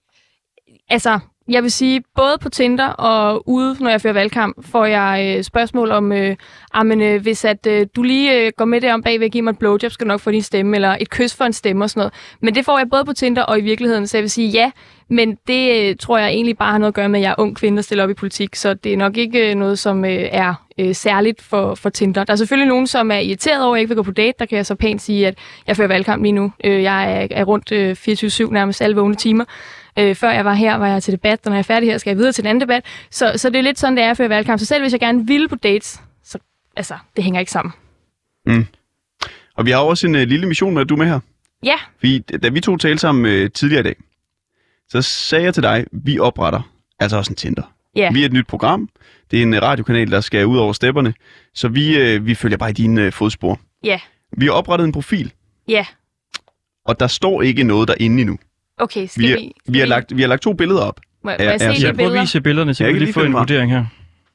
G: Altså, jeg vil sige, både på Tinder og ude, når jeg fører valgkamp, får jeg øh, spørgsmål om, øh, amen, øh, hvis at, øh, du lige øh, går med derom bagved og giver mig et blowjob, skal du nok få din stemme, eller et kys for en stemme og sådan noget. Men det får jeg både på Tinder og i virkeligheden, så jeg vil sige ja, men det øh, tror jeg egentlig bare har noget at gøre med, at jeg er ung kvinde, der stiller op i politik, så det er nok ikke øh, noget, som øh, er øh, særligt for, for Tinder. Der er selvfølgelig nogen, som er irriteret over, at jeg ikke vil gå på date. Der kan jeg så pænt sige, at jeg fører valgkamp lige nu. Øh, jeg er, er rundt øh, fireogtyve syv nærmest alle vågne timer. Øh, før jeg var her, var jeg til debat, og når jeg er færdig her, skal jeg videre til en anden debat. Så, så det er lidt sådan, det er for valgkamp. Så selv hvis jeg gerne ville på dates, så altså, det hænger ikke sammen.
B: Mm. Og vi har også en uh, lille mission med, at du er med her.
G: Ja.
B: Vi, da vi to talte sammen uh, tidligere i dag, så sagde jeg til dig, vi opretter altså også en Tinder.
G: Ja.
B: Vi er et nyt program. Det er en uh, radiokanal, der skal ud over stepperne. Så vi, uh, vi følger bare i dine uh, fodspor.
G: Ja.
B: Vi har oprettet en profil.
G: Ja.
B: Og der står ikke noget derinde endnu.
G: Okay, skal
B: vi,
G: vi...
B: har, vi, har lagt, vi har lagt to billeder op.
G: Må, må
B: Ja,
G: jeg se
B: ja,
G: de
B: så-
A: Ja, prøv
G: billeder?
A: at vise billederne, så
B: Jeg
A: vi
B: kan
A: kan lige
B: lige
A: få
B: finde
A: en
B: frem.
A: vurdering her.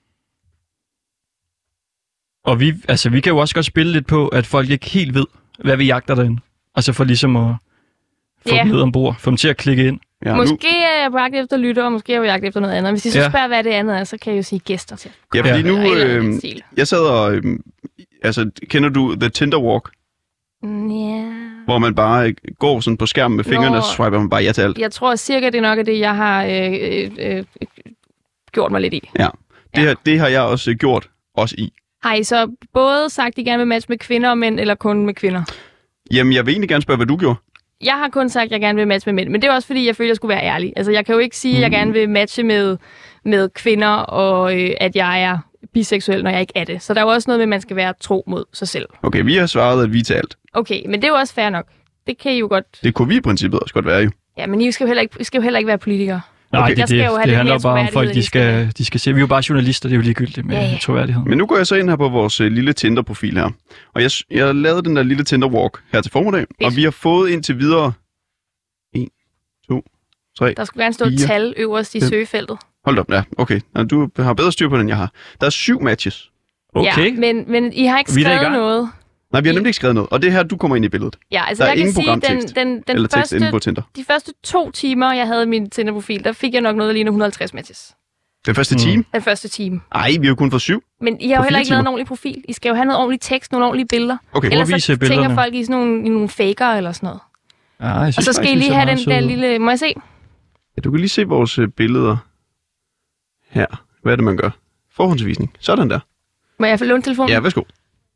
A: Og vi, altså, vi kan jo også godt spille lidt på, at folk ikke helt ved, hvad vi jagter derinde. Altså for ligesom at få
G: Ja.
A: dem ned ombord, få dem til at klikke ind.
B: Ja, nu,
G: Måske er jeg på jagt efter lytter, og måske er jeg på jagt efter noget andet. Hvis de så
A: Ja.
G: spørger, hvad det andet er, så kan jeg jo sige gæster til.
B: ja, fordi
A: Ja.
B: nu,
G: Eller et eller andet
B: øh,
G: stil.
B: jeg sad og, øh, altså, kender du The Tinder Walk?
G: Mm, ja.
B: Hvor man bare øh, går sådan på skærmen med fingrene,
G: Nå.
B: og så swiper man bare ja til alt.
G: Jeg tror cirka, det er nok af det, jeg har øh, øh, øh, gjort mig lidt i.
B: Ja. Det,
G: Ja.
B: Har, det har jeg også gjort, også i.
G: Har I så både sagt, at I gerne vil matche med kvinder og mænd, eller kun med kvinder?
B: Jamen, jeg vil egentlig gerne spørge, hvad du gjorde.
G: Jeg har kun sagt, at jeg gerne vil matche med mænd, men det er også fordi, jeg føler, at jeg skulle være ærlig. Altså, jeg kan jo ikke sige, at jeg gerne vil matche med, med kvinder, og øh, at jeg er biseksuel, når jeg ikke er det. Så der er jo også noget med, at man skal være tro mod sig selv.
B: Okay, vi har svaret, at vi er til alt.
G: Okay, men det er jo også fair nok. Det kan I jo godt...
B: Det kunne vi i princippet også godt være, jo.
G: Ja, men I skal jo heller ikke, I skal jo heller ikke være politikere.
A: Nej,
B: Okay.
A: det,
G: Jeg skal
A: det,
G: jo have
A: det
G: lidt
A: handler
G: mere
A: jo bare om folk,
G: troværdighed,
A: de
G: end
A: skal, de skal se. Vi er jo bare journalister, det er jo ligegyldigt med
G: Ja, ja.
A: troværdighed.
B: Men nu går jeg så ind her på vores øh, lille Tinder-profil her. Og jeg, jeg lavede den der lille Tinder-walk her til formiddag. Og vi har fået indtil videre en, to, tre.
G: Der skulle gerne stå et
B: Fire.
G: tal øverst i
B: Fem.
G: søgefeltet.
B: Hold da op, ja, okay. Nå, du har bedre styr på den, end jeg har. Der er syv matches.
A: Okay.
G: Ja, men, men I har ikke
A: Vi er da i
G: skrevet
A: gang.
G: noget.
B: Nej, vi har nemlig ikke skrevet noget. Og det er her, du kommer ind i billedet.
G: Ja, altså
B: Der er
G: jeg kan
B: ingen
G: sige, den,
B: programtekst
G: den, den
B: Eller tekst inde
G: første,
B: på Tinder.
G: de første to timer, jeg havde min Tinder-profil, der fik jeg nok noget, der ligner et hundrede og halvtreds matches.
B: Den første
A: Mm.
B: time?
G: Den første time.
B: Ej, vi har jo kun fået syv.
G: Men I har jo
B: På
G: heller
B: fire
G: ikke lavet en
B: timer?
G: ordentlig profil. I skal jo have noget ordentligt tekst, nogle ordentlige billeder.
B: Okay.
A: Hvor
G: Ellers
A: viser
G: så tænker
A: billederne?
G: folk i sådan nogle, i nogle faker eller sådan noget.
A: Ja, jeg
G: Og
A: synes
G: så skal I
A: faktisk,
G: lige
A: det
G: have
A: ser
G: den
A: meget
G: der
A: sødt ud.
G: lille... Må jeg se?
B: Ja, du kan lige se vores øh, billeder her. Hvad er det, man gør? Forhåndsvisning. Sådan der.
G: Må jeg få låne telefonen?
B: Ja, værsgo.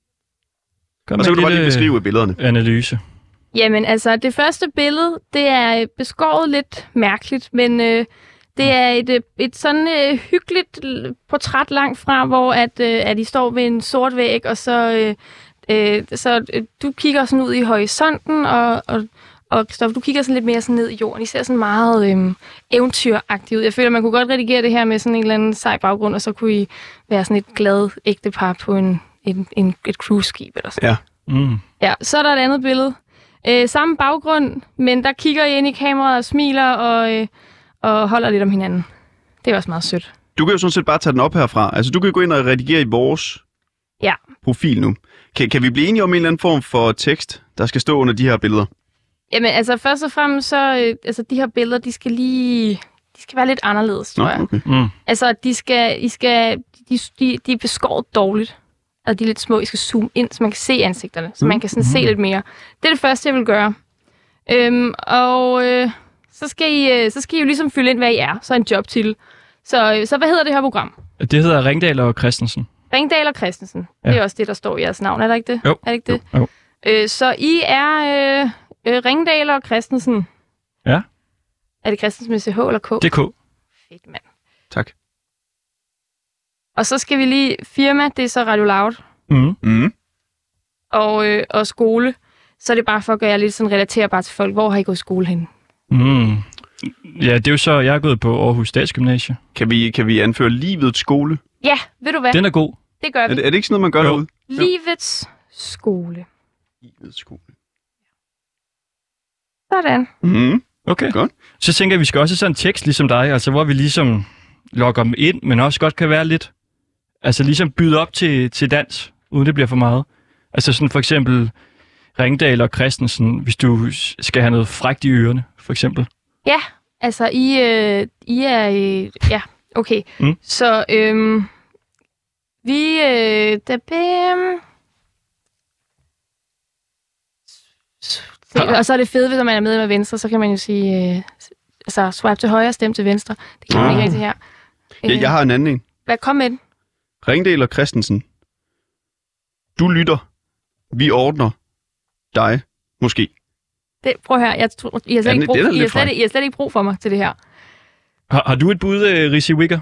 A: Kom
B: Og så
A: med
B: kan du
A: en
B: bare lige
A: lille
B: beskrive billederne.
A: analyse.
G: Jamen altså, det første billede, det er beskåret lidt mærkeligt, men øh, det er et, øh, et sådan øh, hyggeligt l- portræt langt fra, hvor at, øh, at I står ved en sort væg, og så, øh, øh, så øh, du kigger sådan ud i horisonten, og, og, og Christoffer, du kigger sådan lidt mere sådan ned i jorden. I ser sådan meget øh, eventyragtigt ud. Jeg føler, man kunne godt redigere det her med sådan en eller anden sej baggrund, og så kunne I være sådan et glad ægtepar på en, en, en, et cruiseskib eller sådan.
B: Ja.
A: Mm.
G: Ja, så er der et andet billede. Øh, samme baggrund, men der kigger I ind i kameraet og smiler og, øh, og holder lidt om hinanden. Det er også meget sødt.
B: Du kan jo sådan set bare tage den op herfra. Altså, du kan gå ind og redigere i vores
G: Ja.
B: profil nu. Kan, kan vi blive enige om en eller anden form for tekst, der skal stå under de her billeder?
G: Jamen altså først og fremmest så, øh, altså de her billeder, de skal lige, de skal være lidt anderledes, tror
B: Nå,
G: jeg.
B: okay.
A: Mm.
G: Altså de skal, I skal, de, de, de er beskåret dårligt. Og de er lidt små, I skal zoome ind, så man kan se ansigterne, så man kan sådan se lidt mere. Det er det første, jeg vil gøre. Øhm, og øh, så, skal I, øh, så skal I jo ligesom fylde ind, hvad I er. Så en jobtitel. Så, øh, så hvad hedder det her program?
A: Det hedder Ringdal og Christensen.
G: Ringdal og Christensen.
A: Ja.
G: Det er også det, der står i jeres navn, er det ikke det?
A: Jo.
G: Er det ikke det?
A: Jo.
G: Øh, så I er øh, øh, Ringdal og Christensen.
A: Ja.
G: Er det Christensen med C H eller K?
A: Det er K.
G: Fedt, mand.
B: Tak.
G: Og så skal vi lige firma, det er så Radio Loud.
A: Mm.
B: Mm.
G: Og, øh, og skole. Så er det bare for at gøre jer lidt sådan relaterbar til folk. Hvor har I gået i skole hen?
A: Mm. Ja, det er jo så, jeg er gået på Aarhus Statsgymnasie.
B: Kan vi, kan vi anføre livets skole?
G: Ja, ved du hvad?
A: Den er god.
G: Det gør
B: Er
G: vi.
B: det, er det ikke sådan noget, man gør
A: Jo.
B: derude?
G: Livets skole.
B: Livets skole.
G: Sådan.
B: Mm.
A: Okay.
B: Godt.
A: Så tænker jeg, at vi skal også have sådan en tekst ligesom dig, altså hvor vi ligesom logger dem ind, men også godt kan være lidt, altså ligesom byde op til, til dans, uden det bliver for meget. Altså sådan for eksempel Ringdal og Christensen, hvis du skal have noget frækt i ørerne, for eksempel.
G: Ja, altså I, øh, I er... Øh, ja, okay.
A: Mm.
G: Så øhm, vi... Øh, da, bam. Se, og så er det fedt, hvis man er med med venstre, så kan man jo sige... Øh, altså, swipe til højre, stem til venstre. Det kan man
B: Ah.
G: ikke rigtig her.
B: Ja, jeg har en anden en.
G: Hvad kom med den?
B: Ringdal og Christensen. Du lytter. Vi ordner. Dig. Måske.
G: Det, prøv at høre, jeg tror, I har slet,
B: Ja,
G: ikke
B: det-
G: brug,
B: det er da
G: I har
B: lidt
G: slet,
B: frækt.
G: I har slet ikke brug for mig til det her.
A: Har, har du et bud, uh, Rizzi Wicker?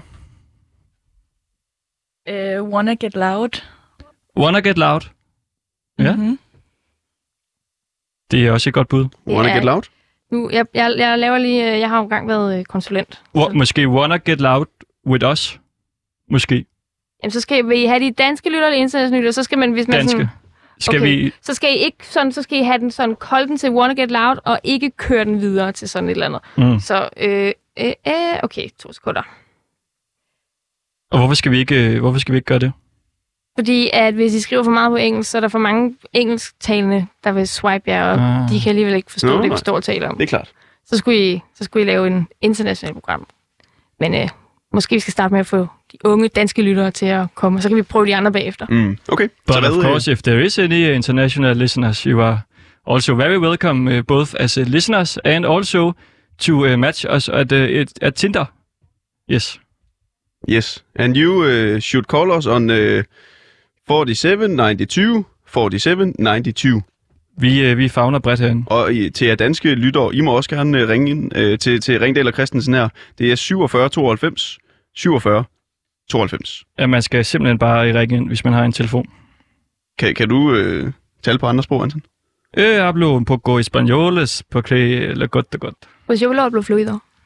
F: Uh, wanna get loud.
A: Wanna Get Loud? Ja.
F: Mm-hmm.
A: Det er også et godt bud.
B: Wanna
G: er-
B: get loud?
G: Nu, jeg, jeg, jeg laver lige... øh, Jeg har jo engang været øh, konsulent.
A: Wa- måske Wanna Get Loud with Us? Måske.
G: Jamen, så skal vil I have de danske lytter eller internationale lytter, så skal man, hvis man
A: Danske.
G: sådan...
A: Skal
G: Okay.
A: vi...
G: Så skal I ikke sådan, så skal I have den sådan kolde den til Wanna Get Loud, og ikke køre den videre til sådan et eller andet.
A: Mm.
G: Så, øh, øh, øh, okay, to sekunder.
A: Og hvorfor skal vi ikke, øh, hvorfor skal vi ikke gøre det?
G: Fordi at hvis I skriver for meget på engelsk, så er der for mange engelsktalende, der vil swipe jer, og
A: Ah.
G: de kan alligevel ikke forstå
B: Nå,
G: det, vi
B: nej.
G: står og taler om.
B: Det er klart.
G: Så skulle I, så skulle I lave en international program. Men øh, måske vi skal starte med at få de unge danske lyttere til at komme, og så kan vi prøve de andre bagefter.
B: Mm. Okay.
A: But
B: hvad,
A: of
B: øh,
A: course, if there is any international listeners, you are also very welcome, uh, both as uh, listeners and also to uh, match us at, uh, it, at Tinder. Yes.
B: Yes. And you uh, should call us on uh, forty-seven ninety-two forty-seven ninety-two.
A: Vi, uh, vi fagner bredt herinde.
B: Og I, til jer danske lyttere, I må også gerne uh, ringe ind uh, til, til Ringdal og Christensen her. Det er syvogfyrre tooghalvfems syvogfyrre tooghalvfems.
A: At man skal simpelthen bare i række ind, hvis man har en telefon.
B: Kan, kan du uh, tale på andre sprog, Anton?
A: Eh, hablo un poco españoles, porque le godt, godt.
G: Pues yo lo hablo fluido.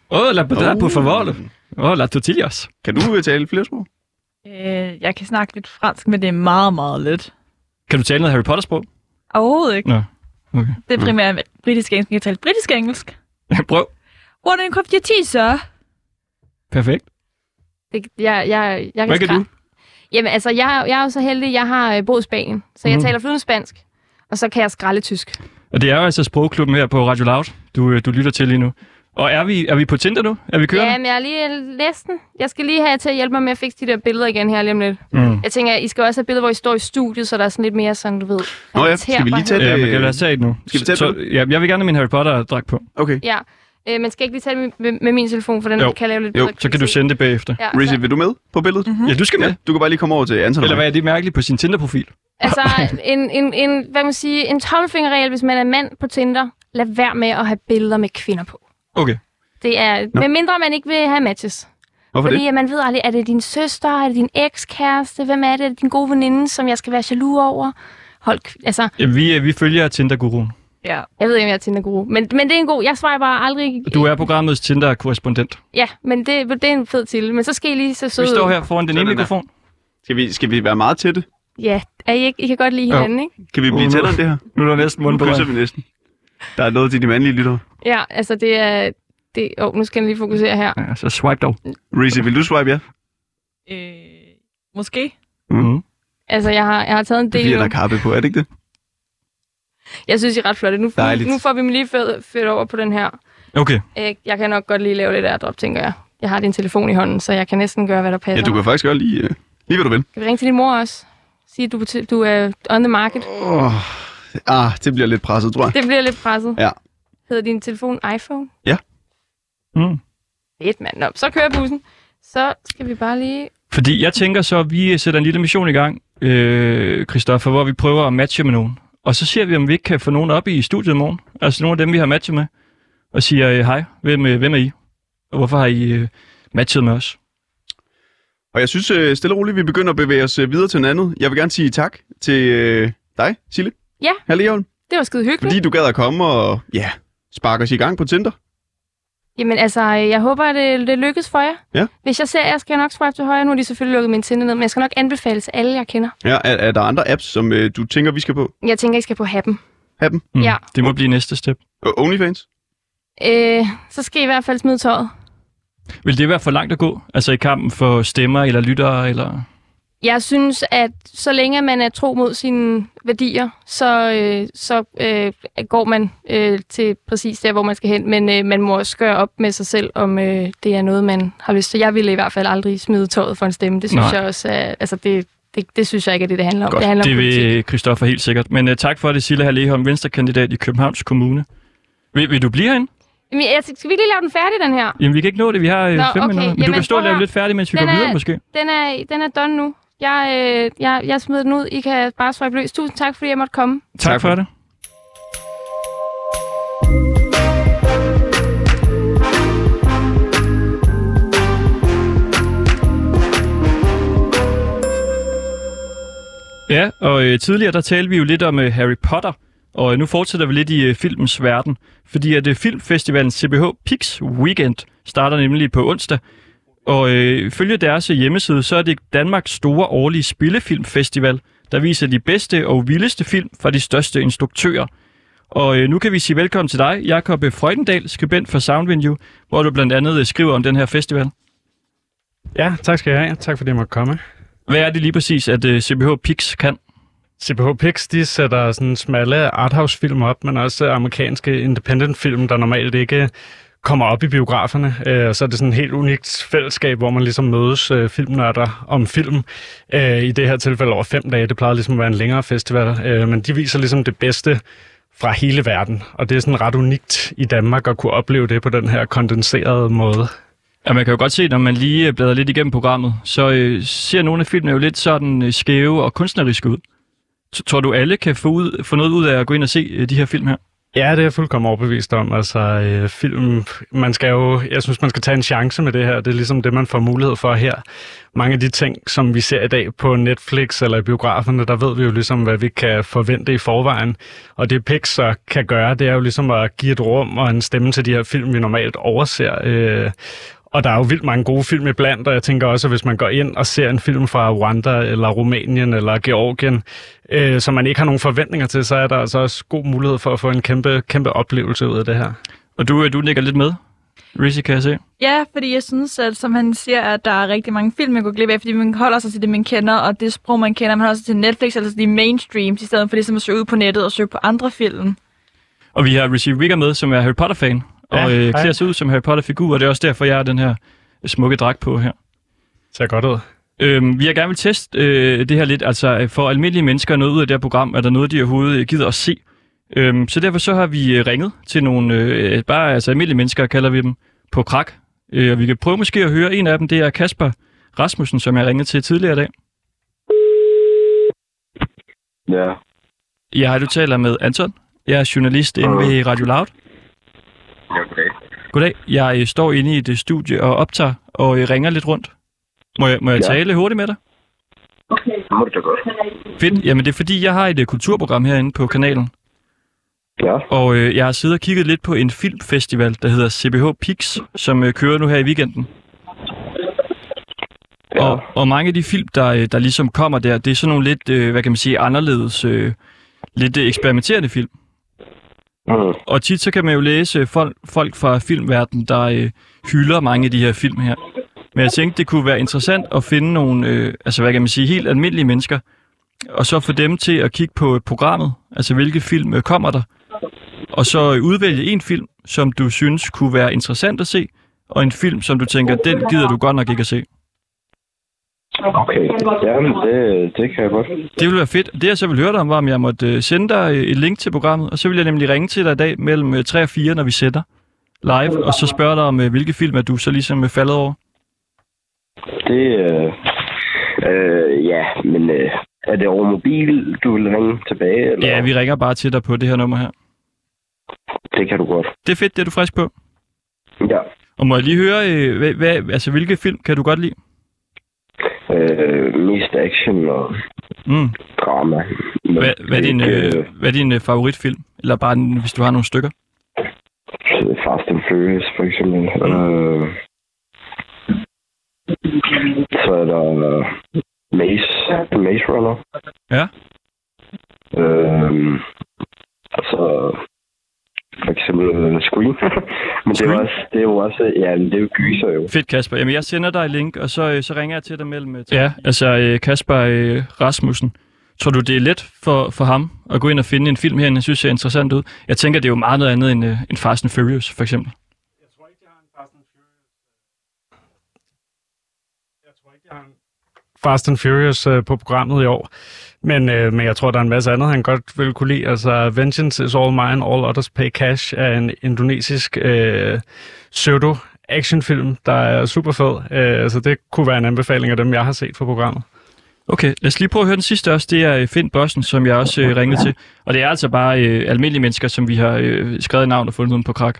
A: Åh, la verdad, oh. por favor. Åh, oh, la tortillas.
B: Kan du tale flere sprog?
F: Øh, jeg kan snakke lidt fransk, men det er meget, meget lidt.
A: Kan du tale noget Harry Potter-sprog?
F: Overhovedet ikke.
A: Nå, okay.
F: Det er primært britisk engelsk. Jeg kan tale britisk engelsk.
A: Ja, prøv.
F: What en kop så?
G: Det,
A: Perfekt.
G: jeg, jeg, jeg
A: Hvad kan du?
G: Jamen, altså, jeg, jeg er jo så heldig, jeg har boet i Spanien, så jeg
A: Mm.
G: taler flydende spansk, og så kan jeg skralde tysk.
A: Og det er jo altså sprogklubben her på Radio Loud, du, du lytter til lige nu. Og er vi, er vi på Tinder nu? Er vi kørende?
G: Ja, men jeg er lige læst den. Jeg skal lige have jer til at hjælpe mig med at fikse de der billeder igen her lige om lidt.
A: Mm.
G: Jeg tænker, I skal også have billeder, hvor I står i studiet, så der er sådan lidt mere sådan, du ved,
B: Nå ja, skal vi lige tage det?
A: Ja, men kan vi lade os tage et nu?
B: Skal vi tage
A: så,
B: det?
A: ja, jeg vil gerne have min Harry Potter-dragt på.
B: Okay.
G: Ja, øh, men skal jeg ikke lige tage det med, med, med min telefon, for den
A: Jo.
G: kan lave lidt
B: Jo,
G: bedre
A: Så kan du
G: kvalitet.
A: sende det bagefter.
G: Ja,
B: Rizzy,
G: så,
B: vil du med på billedet?
F: Mm-hmm.
A: Ja, du skal med.
B: Ja, du kan bare lige komme over til Anton.
A: Eller hvad er det mærkeligt på sin Tinder-profil?
G: altså, en, en, en, hvad man sige, en tommelfingerregel, hvis man er mand på Tinder, lad være med at have billeder med kvinder på.
A: Okay.
G: Det er, med mindre man ikke vil have matches.
B: Hvorfor
G: Fordi
B: det?
G: at man ved aldrig, er det din søster, er det din ekskæreste, hvem er det, er det din gode veninde, som jeg skal være jaloux over? Hold, altså,
A: Ja, vi, vi følger Tinder-guruen.
F: Ja.
G: jeg ved ikke, om jeg er Tinder-guru, men, men det er en god, jeg svarer bare aldrig.
A: Du er programmets Tinder-korrespondent.
G: Ja, men det, det er en fed titel, men så skal I lige så søde
A: Vi står
G: ud.
A: her foran den ene
B: Sådan der.
A: mikrofon.
B: Skal vi, skal vi være meget tætte?
G: Ja, er I, ikke, I kan godt lide hinanden, ikke?
B: Kan vi blive
A: Uh,
B: tættere end det her?
A: Nu er der næsten
B: Nu krydser
A: mundberøring.
B: vi næsten. Der er noget til de mandlige lyttere.
G: Ja, altså det er... Det, oh, nu skal jeg lige fokusere her.
A: Ja, så swipe dog.
B: Rizzy, vil du swipe ja?
F: Øh, måske.
A: Mm.
G: Altså, jeg har, jeg har taget en
B: Det er
G: del
B: fordi, der
G: nu.
B: er kappe på, er det ikke det?
G: Jeg synes, I er ret flotte. Nu,
B: Dejligt.
G: nu får vi dem lige ført, ført over på den her.
A: Okay.
G: Øh, Jeg kan nok godt lige lave det der drop, tænker jeg. Jeg har din telefon i hånden, så jeg kan næsten gøre, hvad der
B: Ja,
G: passer.
B: du kan faktisk gøre lige, uh, lige hvad du vil.
G: Kan vi ringe til din mor også? Sige, at du, er på ti- du er on the market.
B: Oh, ah, det bliver lidt presset, tror jeg.
G: Det bliver lidt presset.
B: Ja.
G: Hedder din telefon iPhone?
A: Mm.
G: Fedt, mand. Nå, så kører bussen. Så skal vi bare lige...
A: Fordi jeg tænker så, at vi sætter en lille mission i gang, øh, Christoffer, hvor vi prøver at matche med nogen. Og så ser vi, om vi ikke kan få nogen op i studiet i morgen. Altså nogle af dem, vi har matchet med. Og siger, øh, hej, hvem, øh, hvem er I? Og hvorfor har I øh, matchet med os?
B: Og jeg synes øh, stille og roligt, vi begynder at bevæge os øh, videre til noget andet. Jeg vil gerne sige tak til øh, dig, Sille.
G: Ja.
B: Herleholm.
G: Det var skide hyggeligt.
B: Fordi du gad at komme og ja, sparke os i gang på Tinder.
G: Jamen altså, jeg håber, at det, det lykkes for jer.
B: Ja.
G: Hvis jeg ser jer, skal jeg nok swipe til højre. Nu er de selvfølgelig lukket min Tinder ned, men jeg skal nok anbefale til alle, jeg kender.
B: Ja, er, er der andre apps, som øh, du tænker, vi skal på?
G: Jeg tænker, I skal på Happen.
B: Happen?
A: Mm.
G: Ja.
A: Det må blive næste step.
B: Og OnlyFans?
G: Øh, så skal I i hvert fald smide tøjet.
A: Vil det være for langt at gå? Altså i kampen for stemmer eller lyttere? Eller...
G: Jeg synes, at så længe man er tro mod sine værdier, så, øh, så øh, går man øh, til præcis der, hvor man skal hen. Men øh, man må også gøre op med sig selv, om øh, det er noget, man har lyst til. Jeg ville i hvert fald aldrig smide tøjet for en stemme. Det synes
A: Nej.
G: jeg også er, altså det, det, det synes jeg ikke er det, det handler om.
A: Godt.
G: Det handler
A: Det
G: om politik.
A: vil Christoffer helt sikkert. Men uh, tak for det, Sille Herleholm, venstrekandidat i Københavns Kommune. Vil, vil du blive herinde?
G: Jamen, jeg, skal vi ikke lige lave den færdig, den her?
A: Jamen, vi kan ikke nå det. Vi har øh,
G: Nå,
A: fem
G: okay.
A: minutter. Men
G: Jamen,
A: du kan stå og
G: prøv
A: lave
G: her.
A: lidt færdig, mens vi
G: Den
A: går videre,
G: er-
A: måske.
G: Den er, den er done nu. Jeg, øh, jeg, jeg smider den ud. I kan bare swipe løs. Tusind tak, fordi jeg måtte komme.
A: Tak, tak for det. Ja, og øh, tidligere der talte vi jo lidt om øh, Harry Potter, og øh, nu fortsætter vi lidt i øh, filmens verden, fordi at øh, filmfestivalen C B H Pix Weekend starter nemlig på onsdag, og øh, følge deres øh, hjemmeside, så er det Danmarks store årlige spillefilmfestival, der viser de bedste og vildeste film fra de største instruktører. Og øh, nu kan vi sige velkommen til dig, Jakob Freudendahl, skribent for Soundvenue, hvor du blandt andet øh, skriver om den her festival.
H: Ja, tak skal jeg have. Tak fordi jeg måtte komme.
A: Hvad er det lige præcis, at øh, C B H Pix kan?
H: C B H Pix, de sætter sådan smalle arthouse-film op, men også amerikanske independent-film, der normalt ikke kommer op i biograferne. Øh, og så er det sådan et helt unikt fællesskab, hvor man ligesom mødes øh, filmnørder om film. Øh, I det her tilfælde over fem dage. Det plejede ligesom at være en længere festival. Øh, men de viser ligesom det bedste fra hele verden. Og det er sådan ret unikt i Danmark at kunne opleve det på den her kondenserede måde.
A: Ja, man kan jo godt se, når man lige bladrer lidt igennem programmet, så øh, ser nogle af filmene jo lidt sådan øh, skæve og kunstneriske ud. T- tror du, alle kan få, ud, få noget ud af at gå ind og se øh, de her film her?
H: Ja, det er jeg fuldkommen overbevist om. Altså, øh, film, man skal jo, jeg synes, man skal tage en chance med det her. Det er ligesom det, man får mulighed for her. Mange af de ting, som vi ser i dag på Netflix eller i biograferne, der ved vi jo ligesom, hvad vi kan forvente i forvejen. Og det Pix så kan gøre, det er jo ligesom at give et rum og en stemme til de her film, vi normalt overser. Øh, Og der er jo vildt mange gode film iblandt, og jeg tænker også, at hvis man går ind og ser en film fra Rwanda, eller Rumænien, eller Georgien, øh, som man ikke har nogen forventninger til, så er der altså også god mulighed for at få en kæmpe, kæmpe oplevelse ud af det her. Og du, du nikker lidt med, Rizzy, kan jeg se?
F: Ja, fordi jeg synes, at som han siger, at der er rigtig mange film, man går glip af, fordi man holder sig til det, man kender, og det sprog, man kender. Man holder sig til Netflix, altså de mainstreams, i stedet for det, som at søge ud på nettet og søge på andre film.
A: Og vi har Rizzy Rigger med, som er Harry Potter-fan. Og øh, klæder sig ud som Harry Potter-figur, og det er også derfor, jeg har den her smukke dragt på her.
H: Ser godt ud.
A: Øhm, vi har gerne vil teste øh, det her lidt, altså for almindelige mennesker noget ud af det her program, er der noget, de overhovedet gider at se. Øhm, så derfor så har vi ringet til nogle, øh, bare altså almindelige mennesker, kalder vi dem, på krak. Øh, og vi kan prøve måske at høre en af dem, det er Kasper Rasmussen, som jeg ringede til tidligere i dag.
I: Ja.
A: Ja, du taler med Anton. Jeg er journalist inde ved Radio Loud.
I: Ja, goddag.
A: Goddag. Jeg øh, står inde i det studie og optager og øh, ringer lidt rundt. Må jeg, må jeg ja. tale hurtigt med dig?
I: Okay. Det må du da godt.
A: Fedt. Jamen det er fordi, jeg har et øh, kulturprogram herinde på kanalen.
I: Ja.
A: Og øh, jeg har siddet og kigget lidt på en filmfestival, der hedder C B H Pix, som øh, kører nu her i weekenden. Ja. Og, og mange af de film, der, øh, der ligesom kommer der, det er sådan nogle lidt, øh, hvad kan man sige, anderledes, øh, lidt øh, eksperimenterende film. Mm. Og tit så kan man jo læse folk, folk fra filmverdenen, der øh, hylder mange af de her film her. Men jeg tænkte, det kunne være interessant at finde nogle, øh, altså hvad kan man sige, helt almindelige mennesker, og så få dem til at kigge på programmet, altså hvilke film øh, kommer der, og så øh, udvælge en film, som du synes kunne være interessant at se, og en film, som du tænker, den gider du godt nok ikke at se.
I: Okay, jamen det, det kan jeg godt.
A: Det ville være fedt. Det jeg så ville høre dig om, var, om jeg måtte sende dig et link til programmet, og så vil jeg nemlig ringe til dig i dag mellem tre og fire, når vi sætter live, og så spørge dig om, hvilke film er du så ligesom faldet over?
I: Det, øh, øh, ja, men øh, er det over mobil, du vil ringe tilbage? Eller?
A: Ja, vi ringer bare til dig på det her nummer her.
I: Det kan du godt.
A: Det er fedt, det er du frisk på.
I: Ja.
A: Og må jeg lige høre, øh, hvad, hvad, altså hvilke film kan du godt lide?
I: Øh, mest action og
A: mm.
I: drama.
A: Hvad, hvad, er din, øh, hvad er din øh, favoritfilm? Eller bare den, hvis du har nogle stykker?
I: Fast and Furious for eksempel. Mm. Øh, så er der uh, Maze, Maze Runner.
A: Ja.
I: Øh, altså for eksempel uh, Scream. Men det er, også, det er jo også, ja, det er jo gyser jo.
A: Fedt, Kasper. Jamen, jeg sender dig et link, og så, så ringer jeg til dig mellem... Ja, altså Kasper Rasmussen. Tror du, det er let for, for ham at gå ind og finde en film her, jeg synes ser interessant ud? Jeg tænker, det er jo meget noget andet end, end Fast and Furious, for eksempel.
H: Jeg tror ikke, de har en Fast and Furious... Jeg tror ikke, de har en Fast and Furious uh, på programmet i år. Men, øh, men jeg tror, der er en masse andet, han godt vil kunne lide. Altså, Vengeance is all mine, all others pay cash er en indonesisk øh, pseudo-actionfilm, der er super fed. Øh, så det kunne være en anbefaling af dem, jeg har set fra programmet.
A: Okay, lad os lige prøve at høre den sidste også. Det er Finn Bossen, som jeg også øh, ringede til. Og det er altså bare øh, almindelige mennesker, som vi har øh, skrevet navn og fundet dem på krak.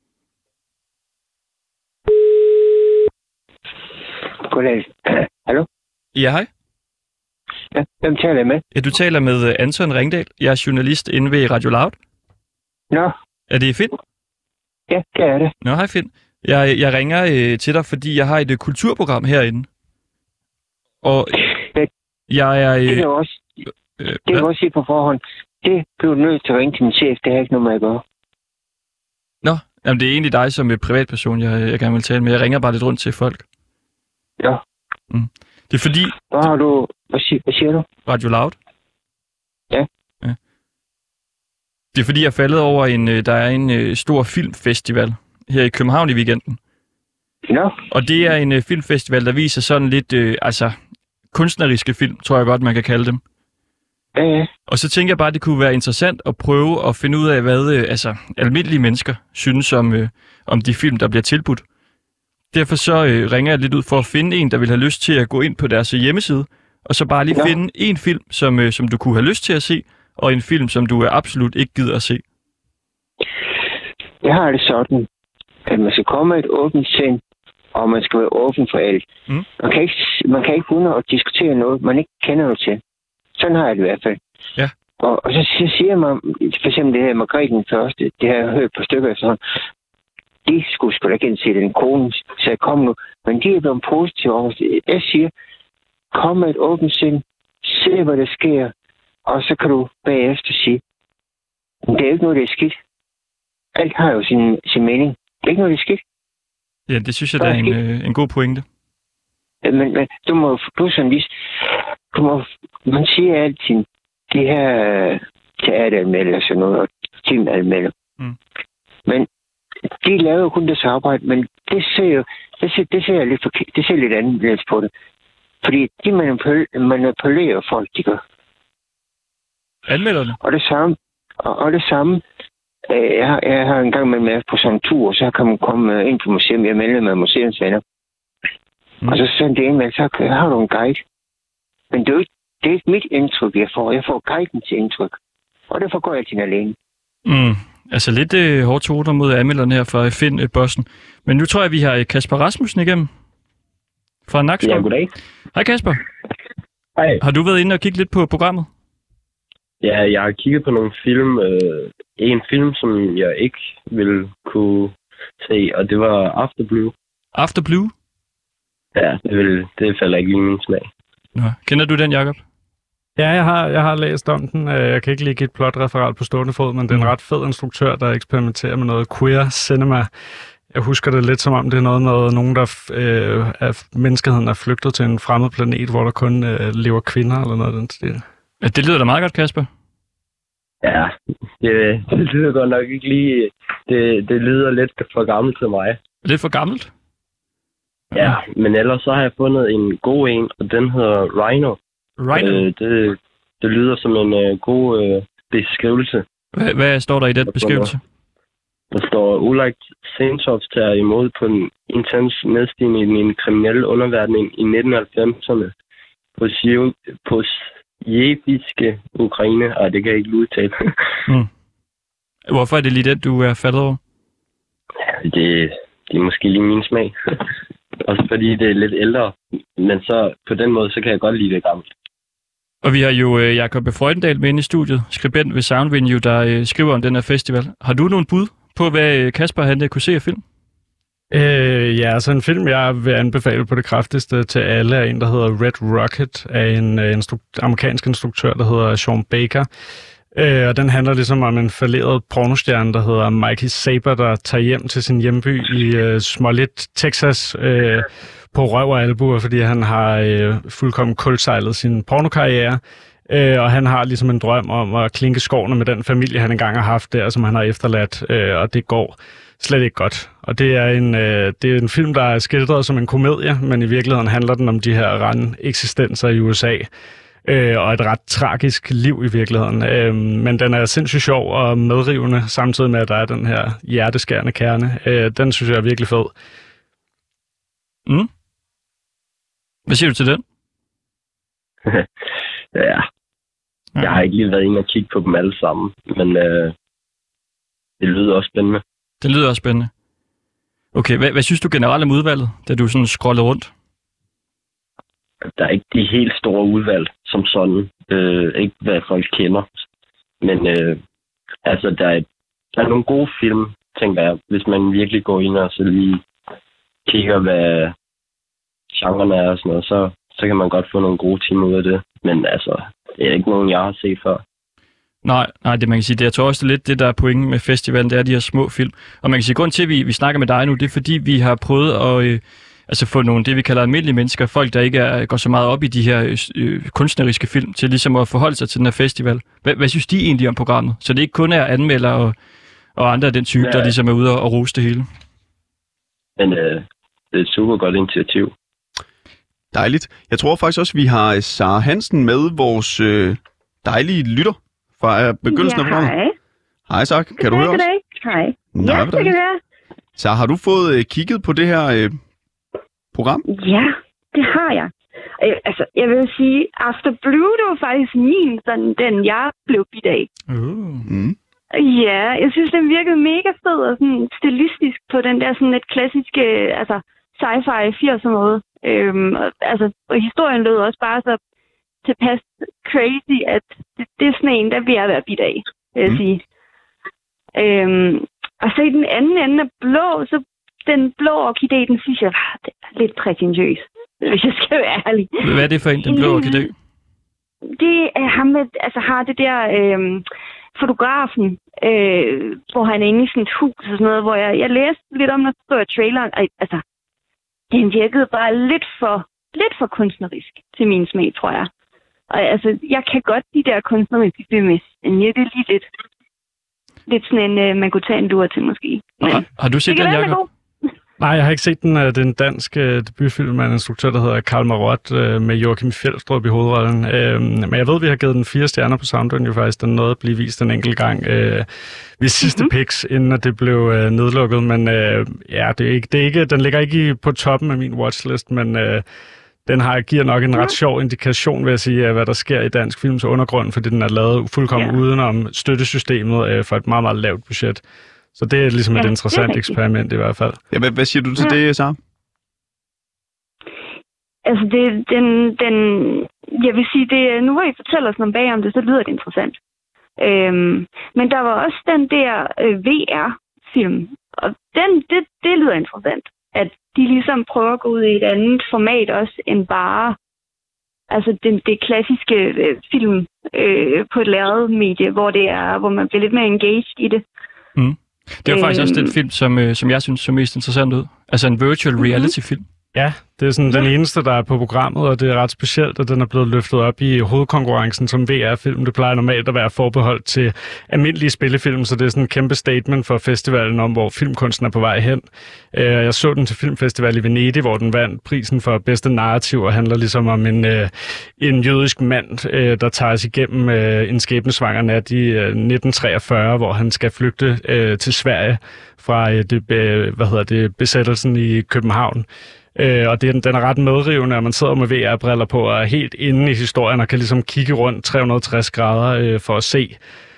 J: Goddag. Hallo?
A: Ja, hej.
J: Ja, hvem taler jeg med?
A: Ja, du taler med Anton Ringdal. Jeg er journalist inde ved Radio Loud.
J: Nå.
A: Er det Finn?
J: Ja, det er det.
A: Nå, hej Finn. Jeg, jeg ringer øh, til dig, fordi jeg har et øh, kulturprogram herinde. Og
J: ja,
A: jeg er... Øh,
J: det kan jeg også, øh, det kan jeg også sige på forhånd. Det bliver du nødt til at ringe til min chef. Det har ikke noget med at gøre.
A: Nå, jamen, det er egentlig dig som privatperson, jeg, jeg gerne vil tale med. Jeg ringer bare lidt rundt til folk.
J: Ja.
A: Mm. Det er fordi...
J: Hvad har du... Hvad siger, hvad siger du?
A: Radio Loud.
J: Ja.
A: ja. Det er fordi, jeg er faldet over en... Der er en stor filmfestival her i København i weekenden.
J: Ja.
A: Og det er en filmfestival, der viser sådan lidt... Øh, altså, kunstneriske film, tror jeg godt, man kan kalde dem.
J: Ja, ja.
A: Og så tænker jeg bare, at det kunne være interessant at prøve at finde ud af, hvad øh, altså, almindelige mennesker synes om, øh, om de film, der bliver tilbudt. Derfor så øh, ringer jeg lidt ud for at finde en, der vil have lyst til at gå ind på deres hjemmeside, og så bare lige ja. finde en film, som, øh, som du kunne have lyst til at se, og en film, som du absolut ikke gider at se.
J: Jeg har det sådan, at man skal komme med et åbent sind, og man skal være åben for alt. Mm. Man kan ikke, man kan ikke begynde at diskutere noget, man ikke kender noget til. Sådan har jeg det i hvert fald.
A: Ja.
J: Og, og så, så siger man, for eksempel det her Margrethe den første, det har jeg hørt på stykker af sådan, de skulle sgu da ikke indse den kone, sagde kom nu, men de er blevet positive over det. Jeg siger, kom med et åbent sind, se hvad der sker, og så kan du bagefter sige, men det er ikke noget, der er skidt. Alt har jo sin, sin mening. Det er ikke noget, der er skidt.
A: Ja, det synes jeg, der er en, øh, en god pointe.
J: Men, men du må du sådan lige... Du må, man siger altid, de her teateranmelder og sådan noget, og filmanmelder. Mm. Men de laver jo kun deres arbejde, men det ser jo... Det ser, det ser lidt, forkert, det ser lidt anderledes på det. Fordi de manipulerer, manipulerer folk, de gør.
A: Anmelderne?
J: Og det samme... Og, og det samme... Jeg har, jeg har engang med med på sådan en tur, og så kan man komme ind på museum. Jeg melder med museumsvenner. Mm. Og så sendte det ind med, så har du en guide. Men det er, ikke, det er ikke mit indtryk, jeg får. Jeg får guiden til indtryk. Og derfor går jeg til den alene.
A: Mm. Altså lidt øh, hårdt toner mod anmelderne her fra Finn øh, Bossen. Men nu tror jeg, vi har Kasper Rasmussen igennem. Fra Nakskov.
K: Ja, goddag.
A: Hej Kasper.
K: Hej.
A: Har du været inde og kigge lidt på programmet?
K: Ja, jeg har kigget på nogle film. Øh, en film, som jeg ikke ville kunne se, og det var After Blue.
A: After Blue?
K: Ja, det, vil, det falder ikke i min smag.
A: Nå. Kender du den, Jacob?
H: Ja, jeg har, jeg har læst om den. Jeg kan ikke lige give et plotreferat på stående fod, men det er en ret fed instruktør, der eksperimenterer med noget queer cinema. Jeg husker det lidt som om, det er noget med nogen, der øh, er, menneskeheden er flygtet til en fremmed planet, hvor der kun øh, lever kvinder eller noget af den stil.
A: Ja, det lyder da meget godt, Kasper.
K: Ja, det, det lyder godt nok ikke lige... Det, det lyder lidt for gammelt til mig.
A: Lidt for gammelt?
K: Ja, men ellers så har jeg fundet en god en, og den hedder Rhino.
A: Rhino?
K: Øh, det, det lyder som en øh, god øh, beskrivelse.
A: Hvad, hvad står der i den beskrivelse?
K: Der står, Ulrik Sentoft tager imod på en intens nedstigning i en kriminelle underverden i nitten halvfemserne på, på sjeviske Ukraine. Ej, det kan jeg ikke udtale.
A: mm. Hvorfor er det lige den, du er faldet over?
K: Ja, det, det er måske lige min smag. Også fordi det er lidt ældre. Men så på den måde, så kan jeg godt lide det gammelt.
A: Og vi har jo øh, Jacob Freudendal med inde i studiet, skribent ved Soundvenue, der øh, skriver om den her festival. Har du nogen bud på, hvad Kasper han kunne se af film?
H: Øh, ja, altså en film, jeg vil anbefale på det kraftigste til alle, er en, der hedder Red Rocket, af en uh, instru- amerikansk instruktør, der hedder Sean Baker. Øh, og den handler ligesom om en falderet pornostjerne, der hedder Mikey Saber, der tager hjem til sin hjemby i uh, Smollett, Texas, øh, på røv og albuer, fordi han har øh, fuldkommen kulsejlet sin pornokarriere. Øh, og han har ligesom en drøm om at klinke skårene med den familie, han engang har haft der, som han har efterladt, øh, og det går slet ikke godt. Og det er en, øh, det er en film, der er skildret som en komedie, men i virkeligheden handler den om de her randeksistenser i U S A, øh, og et ret tragisk liv i virkeligheden. Øh, men den er sindssygt sjov og medrivende, samtidig med, at der er den her hjerteskærende kerne. Øh, den synes jeg er virkelig fed.
A: Mm. Hvad siger du til den?
K: Ja, jeg har ikke lige været inde og kigge på dem alle sammen, men øh, det lyder også spændende.
A: Det lyder også spændende. Okay, hvad, hvad synes du generelt om udvalget, da du sådan scrollede rundt?
K: Der er ikke de helt store udvalg som sådan. Øh, ikke hvad folk kender. Men øh, altså, der er, der er nogle gode film, tænker jeg, hvis man virkelig går ind og så lige kigger, hvad genren er og sådan noget, så, så kan man godt få nogle gode timer ud af det. Men altså, det er ikke nogen, jeg har set før.
A: Nej, nej, det man kan sige, det jeg tror også, det er lidt det, der er pointen med festivalen, det er de her små film. Og man kan sige, grund til, at vi, vi snakker med dig nu, det er fordi, vi har prøvet at øh, altså få nogle, det vi kalder almindelige mennesker, folk, der ikke er, går så meget op i de her øh, kunstneriske film, til ligesom at forholde sig til den her festival. Hvad, hvad synes de egentlig om programmet? Så det ikke kun er anmeldere og, og andre af den type, ja, der ligesom er ude og, og rose det hele.
K: Men øh, det er et super godt initiativ.
B: Dejligt. Jeg tror faktisk også, vi har Sara Hansen med, vores øh, dejlige lytter fra begyndelsen
L: ja,
B: af programmet.
L: Hej.
B: Hej, Sara. Kan du høre os?
L: Hej.
B: Nej,
L: ja, det kan jeg.
B: Sara, har du fået øh, kigget på det her øh, program?
L: Ja, det har jeg. Øh, altså, jeg vil sige, After Blue, det var faktisk min, sådan, den jeg blev bidt af.
A: Uh.
B: Mm.
C: Ja, jeg synes, den virkede mega fed og sådan stilistisk på den der sådan lidt klassiske, altså sci-fi firser måde. Øhm, og, altså, og historien lød også bare så tilpas crazy, at det, det er sådan en, der vil jeg være bidt af, vil jeg mm. sige. Øhm, og så i den anden ende af blå, så den blå orkidé, den synes jeg var lidt prætentiøs, hvis jeg skal være ærlig.
A: Hvad er det for en, den blå orkidé?
C: Det er ham, med, altså har det der øhm, fotografen, øh, hvor han er inde i sådan et hus og sådan noget, hvor jeg, jeg læste lidt om, når der stod i traileren. Altså, den virkede bare lidt for, lidt for kunstnerisk til min smag, tror jeg. Og altså, jeg kan godt de der kunstneriske film, men jeg er lige lidt, lidt sådan en, øh, man kunne tage en lur til måske. Men,
A: har, har du set den, Jacob?
H: Nej, jeg har ikke set den. Det er en dansk uh, debutfilm af en instruktør, der hedder Karl Marot, uh, med Joachim Fjeldstrup i hovedrollen. Uh, men jeg ved, vi har givet den fire stjerner på Soundon, jo faktisk. Den nåede at blive vist en enkelt gang uh, ved sidste mm-hmm. Pix, inden det blev uh, nedlukket. Men uh, ja, det er ikke, det er ikke, den ligger ikke i, på toppen af min watchlist, men uh, den har, giver nok en ret sjov indikation, vil jeg sige, af hvad der sker i dansk films undergrund, fordi den er lavet fuldkommen yeah. udenom støttesystemet uh, for et meget, meget lavt budget. Så det er ligesom et ja, interessant eksperiment i hvert fald.
B: Ja, hvad, hvad siger du til ja. det, Sara?
C: Altså, det, den, den, jeg vil sige, det, nu hvor I fortæller os noget bagom det, så lyder det interessant. Øhm, men der var også den der øh, V R-film, og den, det, det lyder interessant. At de ligesom prøver at gå ud i et andet format også, end bare altså det, det klassiske øh, film øh, på et lærredet medie, hvor, det er, hvor man bliver lidt mere engaged i det.
A: Mm. Det var faktisk øhm, også den film, som, øh, som jeg synes så mest interessant ud. Altså en virtual reality-film.
H: Ja, det er sådan ja. den eneste, der er på programmet, og det er ret specielt, at den er blevet løftet op i hovedkonkurrencen som V R-film. Det plejer normalt at være forbeholdt til almindelige spillefilm, så det er sådan en kæmpe statement for festivalen om, hvor filmkunsten er på vej hen. Jeg så den til Filmfestival i Venedig, hvor den vandt prisen for bedste narrativ, og handler ligesom om en, en jødisk mand, der tager sig igennem en skæbnesvanger nat i nitten treogfyrre, hvor han skal flygte til Sverige fra det, hvad hedder det, besættelsen i København. Øh, og det, den er ret medrivende, at man sidder med V R-briller på og er helt inde i historien og kan ligesom kigge rundt tre hundrede og tres grader øh, for at se,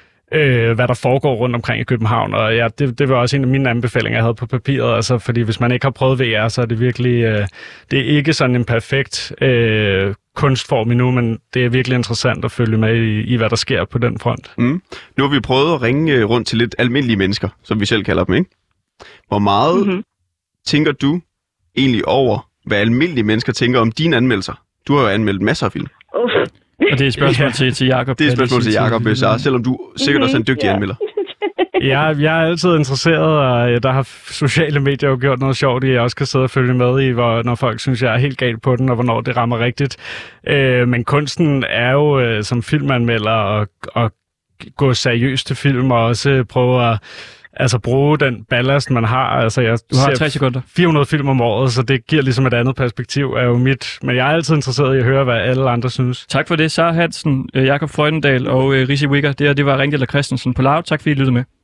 H: øh, hvad der foregår rundt omkring i København. Og ja, det, det var også en af mine anbefalinger, jeg havde på papiret. Altså, fordi hvis man ikke har prøvet V R, så er det virkelig øh, det er ikke sådan en perfekt øh, kunstform endnu, men det er virkelig interessant at følge med i, i hvad der sker på den front.
B: Mm. Nu har vi prøvet at ringe rundt til lidt almindelige mennesker, som vi selv kalder dem, ikke? Hvor meget mm-hmm. tænker du egentlig over, hvad almindelige mennesker tænker om dine anmeldelser? Du har jo anmeldt masser af film.
C: Uh.
A: Og det er et spørgsmål ja. til, til Jacob.
B: Det er et spørgsmål til Jacob, Sara, selvom du sikkert også er en dygtig
C: ja.
B: anmelder.
H: Ja, jeg er altid interesseret, og der har sociale medier jo gjort noget sjovt i, jeg også kan sidde og følge med i, hvor, når folk synes, jeg er helt galt på den, og hvornår det rammer rigtigt. Øh, men kunsten er jo øh, som filmanmelder at, at gå seriøst til film, og også prøve at altså bruge den ballast, man har. Altså, jeg
A: du har tre sekunder.
H: fire hundrede film om året, så det giver ligesom et andet perspektiv, er jo mit. Men jeg er altid interesseret i at høre, hvad alle andre synes.
A: Tak for det, Sara Hansen, Jakob Freudendahl og Risi Wigger. Det, det var Ringdal og Christensen på Loud. Tak fordi I lyttede med.